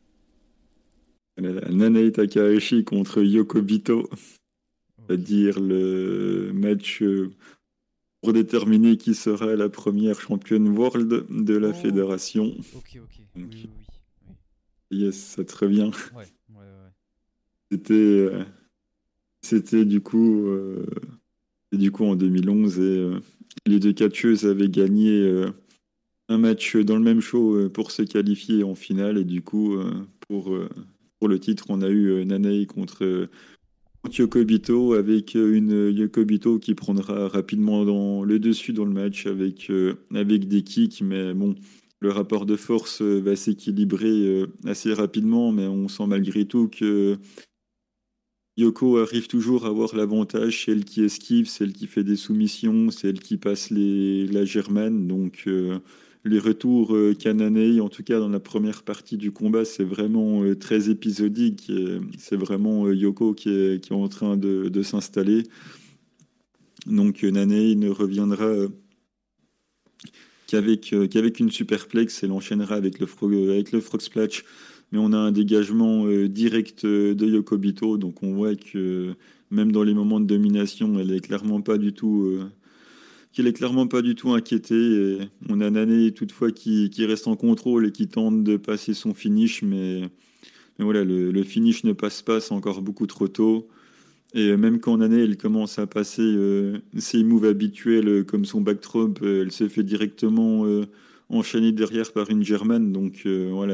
Nanae Takahashi contre Yoko Bito, Ok. c'est-à-dire le match pour déterminer qui sera la première championne world de la Oh, fédération. ok, ok. Donc, Oui, oui, oui. Oui. yes, ça très bien. Ouais, ouais, ouais. C'était c'était du coup en 2011 et les deux catcheuses avaient gagné un match dans le même show pour se qualifier en finale et du coup pour le titre on a eu Nanae contre Yoko Bito avec une Yoko Bito qui prendra rapidement dans le dessus dans le match avec des kicks mais bon le rapport de force va s'équilibrer assez rapidement mais on sent malgré tout que Yoko arrive toujours à avoir l'avantage, c'est elle qui esquive, c'est elle qui fait des soumissions, c'est elle qui passe la germane. Donc les retours Kananei, en tout cas dans la première partie du combat, c'est vraiment très épisodique. C'est vraiment Yoko qui est en train de s'installer. Donc Nanei ne reviendra qu'avec une superplex, elle enchaînera avec le frog splash. Mais on a un dégagement direct de Yokobito, donc on voit que même dans les moments de domination, qu'elle est clairement pas du tout inquiétée. Et on a Nane toutefois qui reste en contrôle et qui tente de passer son finish, mais voilà, le finish ne passe pas, c'est encore beaucoup trop tôt. Et même quand Nane, elle commence à passer ses moves habituels comme son backdrop, elle se fait directement enchaîner derrière par une Germane. Donc voilà,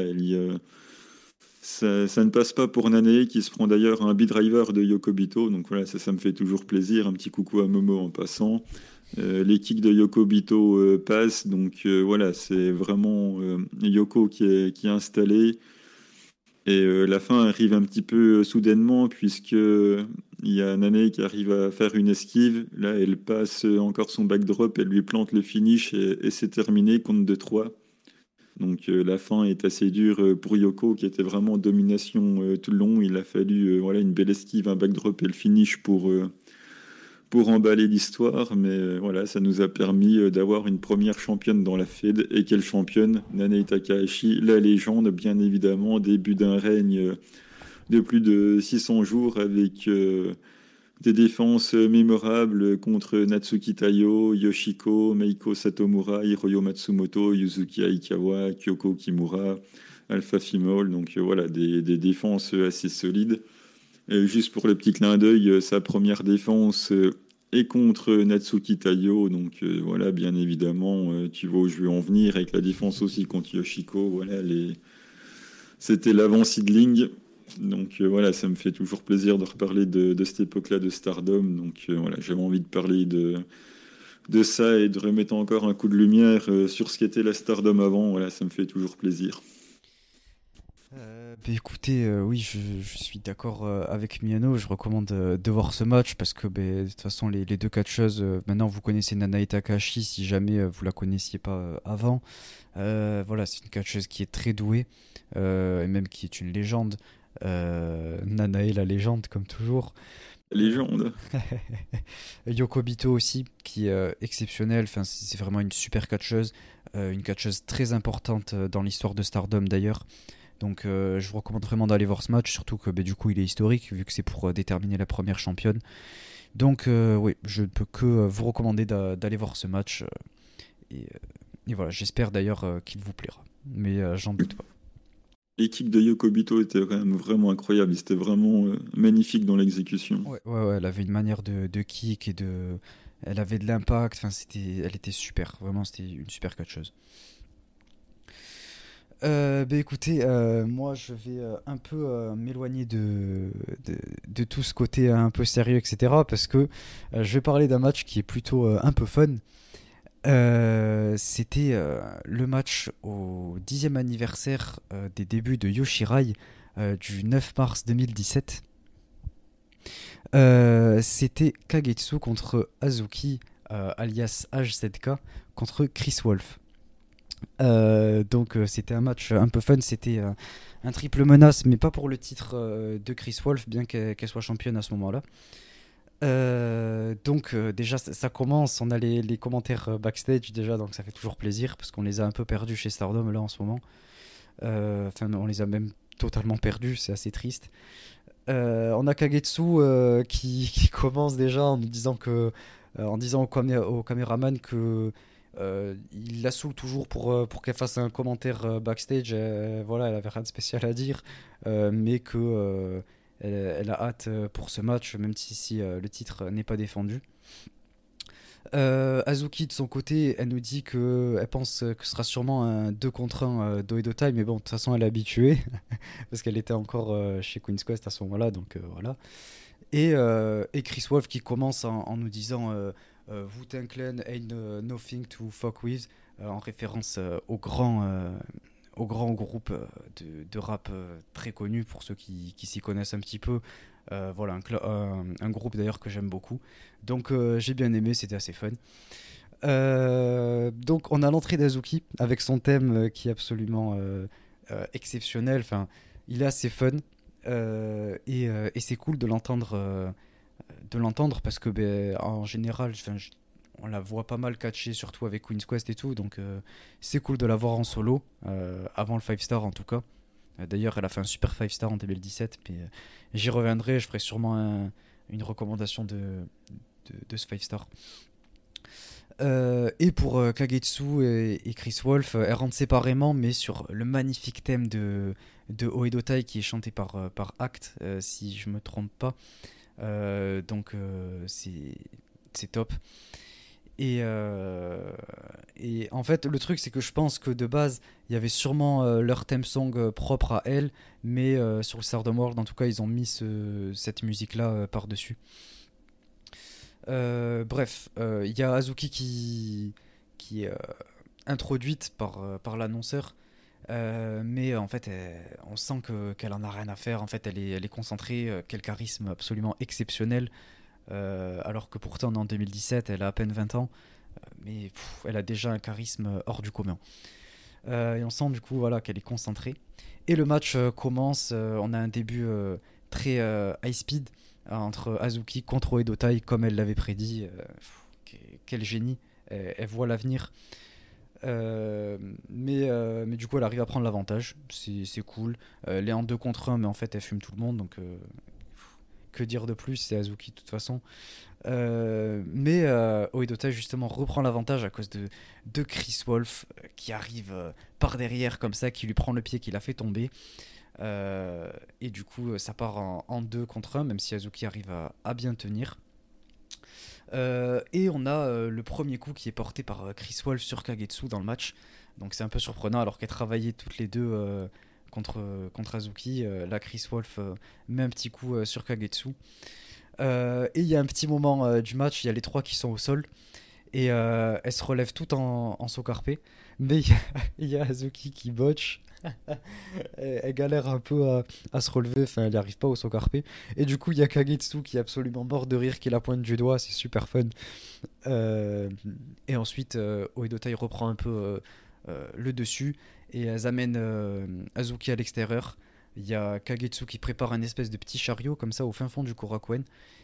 ça ne passe pas pour Nane, qui se prend d'ailleurs un B-driver de Yokobito. Donc voilà, ça me fait toujours plaisir. Un petit coucou à Momo en passant. Les kicks de Yokobito passent. Donc voilà, c'est vraiment Yoko qui est installé. Et la fin arrive un petit peu soudainement puisque il y a Nane qui arrive à faire une esquive. Là, elle passe encore son backdrop, elle lui plante le finish et c'est terminé, compte de 3. Donc la fin est assez dure pour Yoko qui était vraiment en domination tout le long. Il a fallu voilà, une belle esquive, un backdrop et le finish pour emballer l'histoire, mais voilà, ça nous a permis d'avoir une première championne dans la Fed. Et quelle championne? Nanae Takahashi, la légende, bien évidemment, début d'un règne de plus de 600 jours avec des défenses mémorables contre Natsuki Taiyo, Yoshiko, Meiko Satomura, Hiroyo Matsumoto, Yuzuki Aikawa, Kyoko Kimura, Alpha Female. Donc voilà, des défenses assez solides. Juste pour le petit clin d'œil, sa première défense est contre Natsuki Taiyo. Donc voilà, bien évidemment, tu vois où je veux en venir avec la défense aussi contre Yoshiko. Voilà, c'était l'avant-seedling. Donc voilà, ça me fait toujours plaisir de reparler de cette époque-là de Stardom. Donc voilà, j'avais envie de parler de ça et de remettre encore un coup de lumière sur ce qu'était la Stardom avant. Voilà, ça me fait toujours plaisir. Bah écoutez, oui, je suis d'accord avec Miano. Je recommande de voir ce match parce que de toute façon, les deux catcheuses, maintenant vous connaissez Nanae Takahashi si jamais vous la connaissiez pas avant. Voilà, c'est une catcheuse qui est très douée et même qui est une légende. Nanae, la légende, comme toujours. Euh, Légende. Yoko Bito aussi, qui est exceptionnelle. Enfin, c'est vraiment une super catcheuse, une catcheuse très importante dans l'histoire de Stardom d'ailleurs. Donc je vous recommande vraiment d'aller voir ce match, surtout que du coup il est historique, vu que c'est pour déterminer la première championne. Donc oui, je ne peux que vous recommander d'aller voir ce match. Et, euh, et voilà, j'espère d'ailleurs qu'il vous plaira. Mais j'en doute pas. Les kicks de Yokobito étaient quand même vraiment incroyables. C'était vraiment magnifique dans l'exécution. Ouais, ouais, ouais, elle avait une manière de kick et de... Elle avait de l'impact, enfin, elle était super, vraiment c'était une super catcheuse. Écoutez, moi je vais un peu m'éloigner de tout ce côté un peu sérieux, etc. Parce que je vais parler d'un match qui est plutôt un peu fun. C'était le match au 10e anniversaire des débuts de Yoshirai du 9 mars 2017. C'était Kagetsu contre Azuki, alias HZK, contre Chris Wolf. Donc c'était un match un peu fun, c'était un triple menace, mais pas pour le titre de Chris Wolf, bien qu'elle soit championne à ce moment-là. Donc déjà ça commence, on a les commentaires backstage déjà, donc ça fait toujours plaisir, parce qu'on les a un peu perdus chez Stardom là en ce moment. Enfin on les a même totalement perdus, c'est assez triste. On a Kagetsu qui commence déjà en nous disant en disant au caméraman que il la saoule toujours pour qu'elle fasse un commentaire backstage. Voilà, elle avait rien de spécial à dire, mais que elle a hâte pour ce match, même si le titre n'est pas défendu. Azuki de son côté, elle nous dit que elle pense que ce sera sûrement un 2 contre 1 d'Oedo Tai, mais bon, de toute façon, elle est habituée parce qu'elle était encore chez Queen's Quest à ce moment-là, donc voilà. Et Chris Wolf qui commence en nous disant Wu-Tang Clan ain't nothing to fuck with, en référence au grand groupe de rap très connu pour ceux qui s'y connaissent un petit peu. Voilà, un groupe d'ailleurs que j'aime beaucoup. Donc j'ai bien aimé, c'était assez fun. Donc on a l'entrée d'Azuki avec son thème qui est absolument exceptionnel. Enfin, il est assez fun et c'est cool de l'entendre parce que en général, on la voit pas mal catcher, surtout avec Queen's Quest et tout. Donc c'est cool de la voir en solo avant le 5 star en tout cas. D'ailleurs, elle a fait un super 5 star en 2017. Mais j'y reviendrai, je ferai sûrement une recommandation de ce 5 star. Et pour Kagetsu et Chris Wolf, elles rentrent séparément, mais sur le magnifique thème de Oedo Tai qui est chanté par Act, si je me trompe pas. Donc c'est top. Et en fait, le truc, c'est que je pense que de base, il y avait sûrement leur theme song propre à elle, mais sur le Stardom World, en tout cas, ils ont mis cette musique-là par-dessus. Bref, il y a Azuki qui est introduite par l'annonceur, mais en fait, on sent qu'elle en a rien à faire. En fait, elle est concentrée, quel charisme absolument exceptionnel. Alors que pourtant en 2017 elle a à peine 20 ans, mais elle a déjà un charisme hors du commun. Et on sent du coup voilà, qu'elle est concentrée. Et le match commence, on a un début très high speed entre Azuki contre Oedo Tai comme elle l'avait prédit. Quel génie, elle voit l'avenir. Mais du coup elle arrive à prendre l'avantage, c'est cool. Elle est en 2 contre 1 mais en fait elle fume tout le monde donc que dire de plus, c'est Azuki de toute façon. Mais Oedo Tai justement reprend l'avantage à cause de Chris Wolf qui arrive par derrière comme ça, qui lui prend le pied, qui l'a fait tomber. Et du coup ça part en 2 contre 1 même si Azuki arrive à bien tenir. Et on a le premier coup qui est porté par Chris Wolf sur Kagetsu dans le match. Donc c'est un peu surprenant alors qu'elles travaillaient toutes les deux contre Azuki. Là Chris Wolf met un petit coup sur Kagetsu. Et il y a un petit moment du match, il y a les trois qui sont au sol. Et elles se relèvent toutes en saut carpé. Mais il y a Azuki qui botche. Elle galère un peu à se relever, enfin elle n'y arrive pas au saut carpé. Et du coup il y a Kagetsu qui est absolument mort de rire, qui la pointe du doigt, c'est super fun. Et ensuite Oedo Tai reprend un peu le dessus et elles amènent Azuki à l'extérieur. Il y a Kagetsu qui prépare un espèce de petit chariot comme ça au fin fond du Korakuen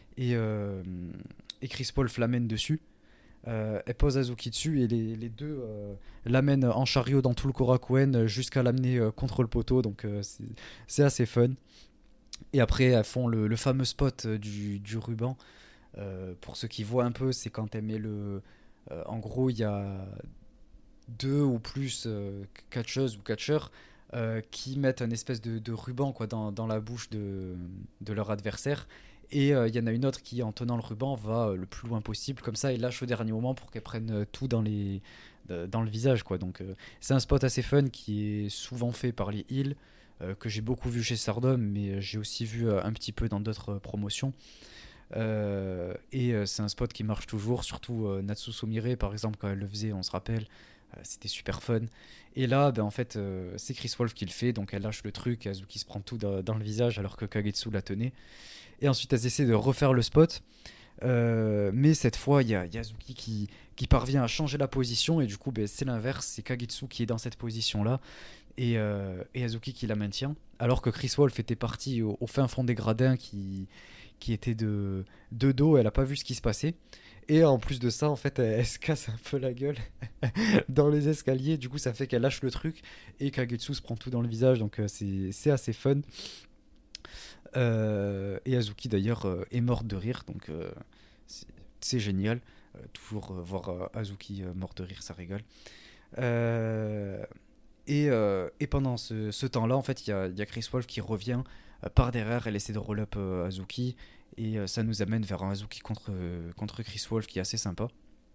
et Chris Paul l'amène dessus. Elle pose Azuki dessus et les deux l'amènent en chariot dans tout le Korakuen jusqu'à l'amener contre le poteau, donc c'est assez fun. Et après elles font le fameux spot du ruban. Pour ceux qui voient un peu, c'est quand elle met en gros il y a deux ou plus catcheuses ou catcheurs qui mettent un espèce de ruban quoi, dans la bouche de leur adversaire. Et il y en a une autre qui, en tenant le ruban, va le plus loin possible, comme ça, et lâche au dernier moment pour qu'elle prenne tout dans le visage. Quoi. Donc, c'est un spot assez fun qui est souvent fait par les heels, que j'ai beaucoup vu chez Stardom, mais j'ai aussi vu un petit peu dans d'autres promotions. Et c'est un spot qui marche toujours, surtout Natsu Sumire, par exemple, quand elle le faisait, on se rappelle. C'était super fun. Et là, en fait, c'est Chris Wolf qui le fait, donc elle lâche le truc, Azuki se prend tout dans le visage alors que Kagetsu la tenait. Et ensuite, elles essaient de refaire le spot. Mais cette fois, il y a Azuki qui parvient à changer la position et du coup, c'est l'inverse. C'est Kagetsu qui est dans cette position-là et Azuki qui la maintient. Alors que Chris Wolf était parti au fin fond des gradins qui était de dos, elle a pas vu ce qui se passait. Et en plus de ça, en fait, elle se casse un peu la gueule dans les escaliers. Du coup, ça fait qu'elle lâche le truc et Kagetsu se prend tout dans le visage. Donc, c'est assez fun. Et Azuki d'ailleurs est morte de rire, donc c'est c'est génial. Toujours voir Azuki morte de rire, ça régale. Euh, et pendant ce temps-là, en fait, il y a Chris Wolf qui revient par derrière, elle essaie de roll-up Azuki, et ça nous amène vers un Azuki contre Chris Wolf qui est assez sympa.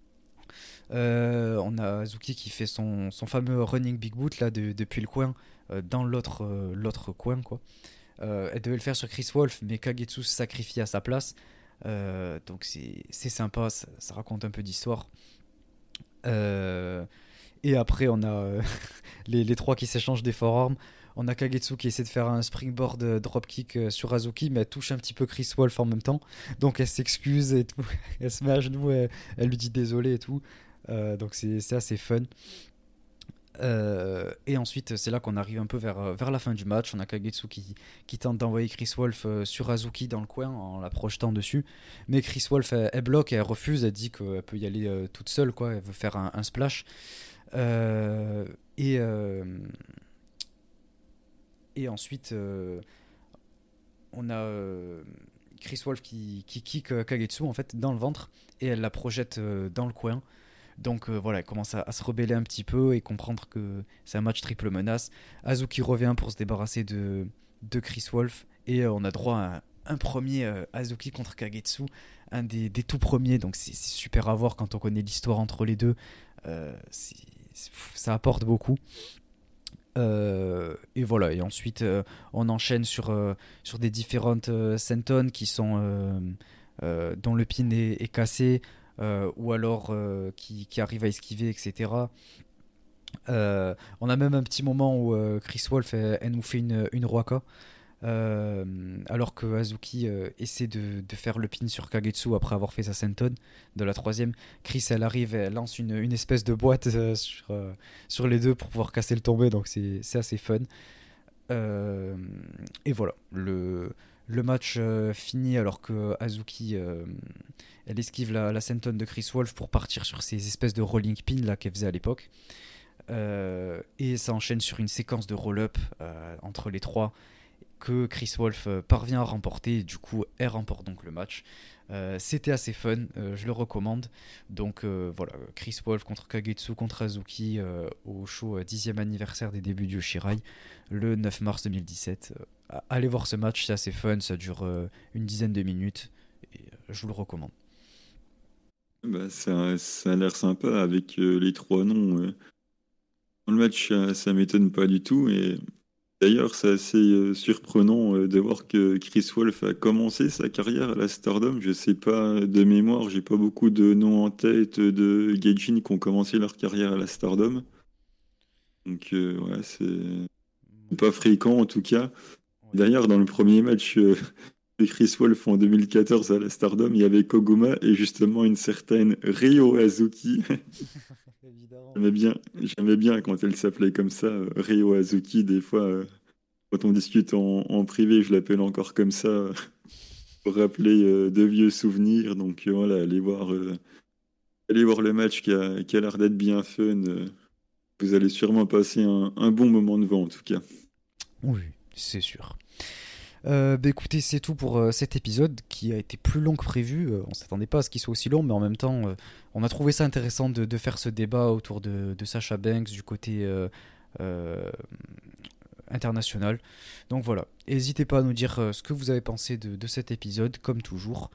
On a Azuki qui fait son fameux running big boot là depuis le coin dans l'autre coin quoi. Elle devait le faire sur Chris Wolf, mais Kagetsu se sacrifie à sa place. Donc c'est sympa, ça raconte un peu d'histoire. Euh, et après, on a les trois qui s'échangent des forearms. On a Kagetsu qui essaie de faire un springboard dropkick sur Azuki, mais elle touche un petit peu Chris Wolf en même temps. Donc elle s'excuse et tout. Elle se met à genoux, elle lui dit désolé et tout. Donc c'est assez fun. Et ensuite, c'est là qu'on arrive un peu vers la fin du match. On a Kagetsu qui tente d'envoyer Chris Wolf sur Azuki dans le coin en la projetant dessus. Mais Chris Wolf, elle bloque et elle refuse. Elle dit qu'elle peut y aller toute seule, quoi. Elle veut faire un splash. Euh, et, euh, et ensuite, on a Chris Wolf qui kick Kagetsu en fait dans le ventre et elle la projette dans le coin. Donc voilà, elle commence à se rebeller un petit peu et comprendre que c'est un match triple menace. Azuki revient pour se débarrasser de Chris Wolf et on a droit à un premier Azuki contre Kagetsu, un des tout premiers. Donc c'est super à voir quand on connaît l'histoire entre les deux. Ça apporte beaucoup. Et voilà, et ensuite on enchaîne sur des différentes senton qui sont dont le pin est cassé ou alors qui arrive à esquiver, etc. On a même un petit moment où Chris Wolf elle nous fait une Roaka alors que Azuki essaie de faire le pin sur Kagetsu après avoir fait sa senton de la troisième. Chris elle arrive, elle lance une espèce de boîte sur les deux pour pouvoir casser le tombé, donc c'est assez fun. Euh, et voilà, le match finit alors que Azuki elle esquive la senton de Chris Wolf pour partir sur ces espèces de rolling pin là qu'elle faisait à l'époque. Et ça enchaîne sur une séquence de roll-up entre les trois que Chris Wolf parvient à remporter. Du coup, elle remporte donc le match. C'était assez fun, je le recommande. Donc voilà, Chris Wolf contre Kagetsu contre Azuki au show 10e anniversaire des débuts du Yoshirai le 9 mars 2017. Allez voir ce match, c'est assez fun, ça dure une dizaine de minutes et je vous le recommande. Bah, ça a l'air sympa avec les trois noms. Dans le match, ça m'étonne pas du tout. Et d'ailleurs, c'est assez surprenant de voir que Chris Wolf a commencé sa carrière à la Stardom. Je sais pas de mémoire, j'ai pas beaucoup de noms en tête de Gaijin qui ont commencé leur carrière à la Stardom. Donc, ouais, c'est pas fréquent en tout cas. Oui. D'ailleurs, dans le premier match de Chris Wolf en 2014 à la Stardom, il y avait Koguma et justement une certaine Ryo Azuki. Évidemment. J'aimais bien quand elle s'appelait comme ça, Ryo Azuki. Des fois, quand on discute en privé, je l'appelle encore comme ça pour rappeler de vieux souvenirs. Donc voilà, allez voir le match qui a l'air d'être bien fun. Vous allez sûrement passer un bon moment devant en tout cas. Oui, c'est sûr. Écoutez, c'est tout pour cet épisode qui a été plus long que prévu. On s'attendait pas à ce qu'il soit aussi long, mais en même temps, on a trouvé ça intéressant de faire ce débat autour de Sasha Banks du côté euh, international. Donc voilà, n'hésitez pas à nous dire ce que vous avez pensé de cet épisode, comme toujours.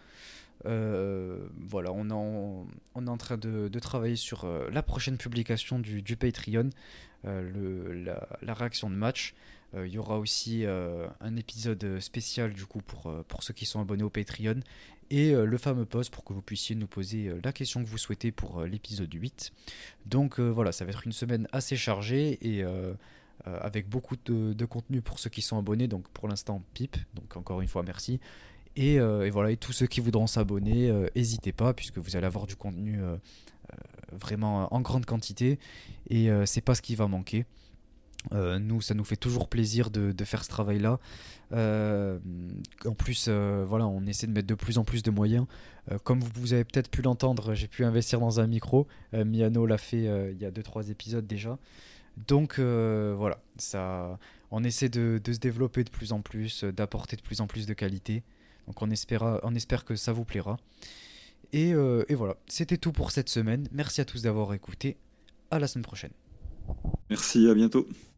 Voilà, on est en train de travailler sur la prochaine publication du Patreon, la réaction de match. Il y aura aussi un épisode spécial du coup pour ceux qui sont abonnés au Patreon et le fameux post pour que vous puissiez nous poser la question que vous souhaitez pour l'épisode 8. Donc voilà, ça va être une semaine assez chargée et avec beaucoup de contenu pour ceux qui sont abonnés. Donc pour l'instant, pipe. Donc encore une fois, merci. Et voilà, et tous ceux qui voudront s'abonner, n'hésitez pas, puisque vous allez avoir du contenu vraiment en grande quantité. Et c'est pas ce qui va manquer. Nous, ça nous fait toujours plaisir de faire ce travail-là. En plus, voilà, on essaie de mettre de plus en plus de moyens. Comme vous avez peut-être pu l'entendre, j'ai pu investir dans un micro. Miano l'a fait il y a 2-3 épisodes déjà. Donc voilà, on essaie de se développer de plus en plus, d'apporter de plus en plus de qualité. Donc on espère que ça vous plaira. Et voilà, c'était tout pour cette semaine. Merci à tous d'avoir écouté. À la semaine prochaine. Merci, à bientôt.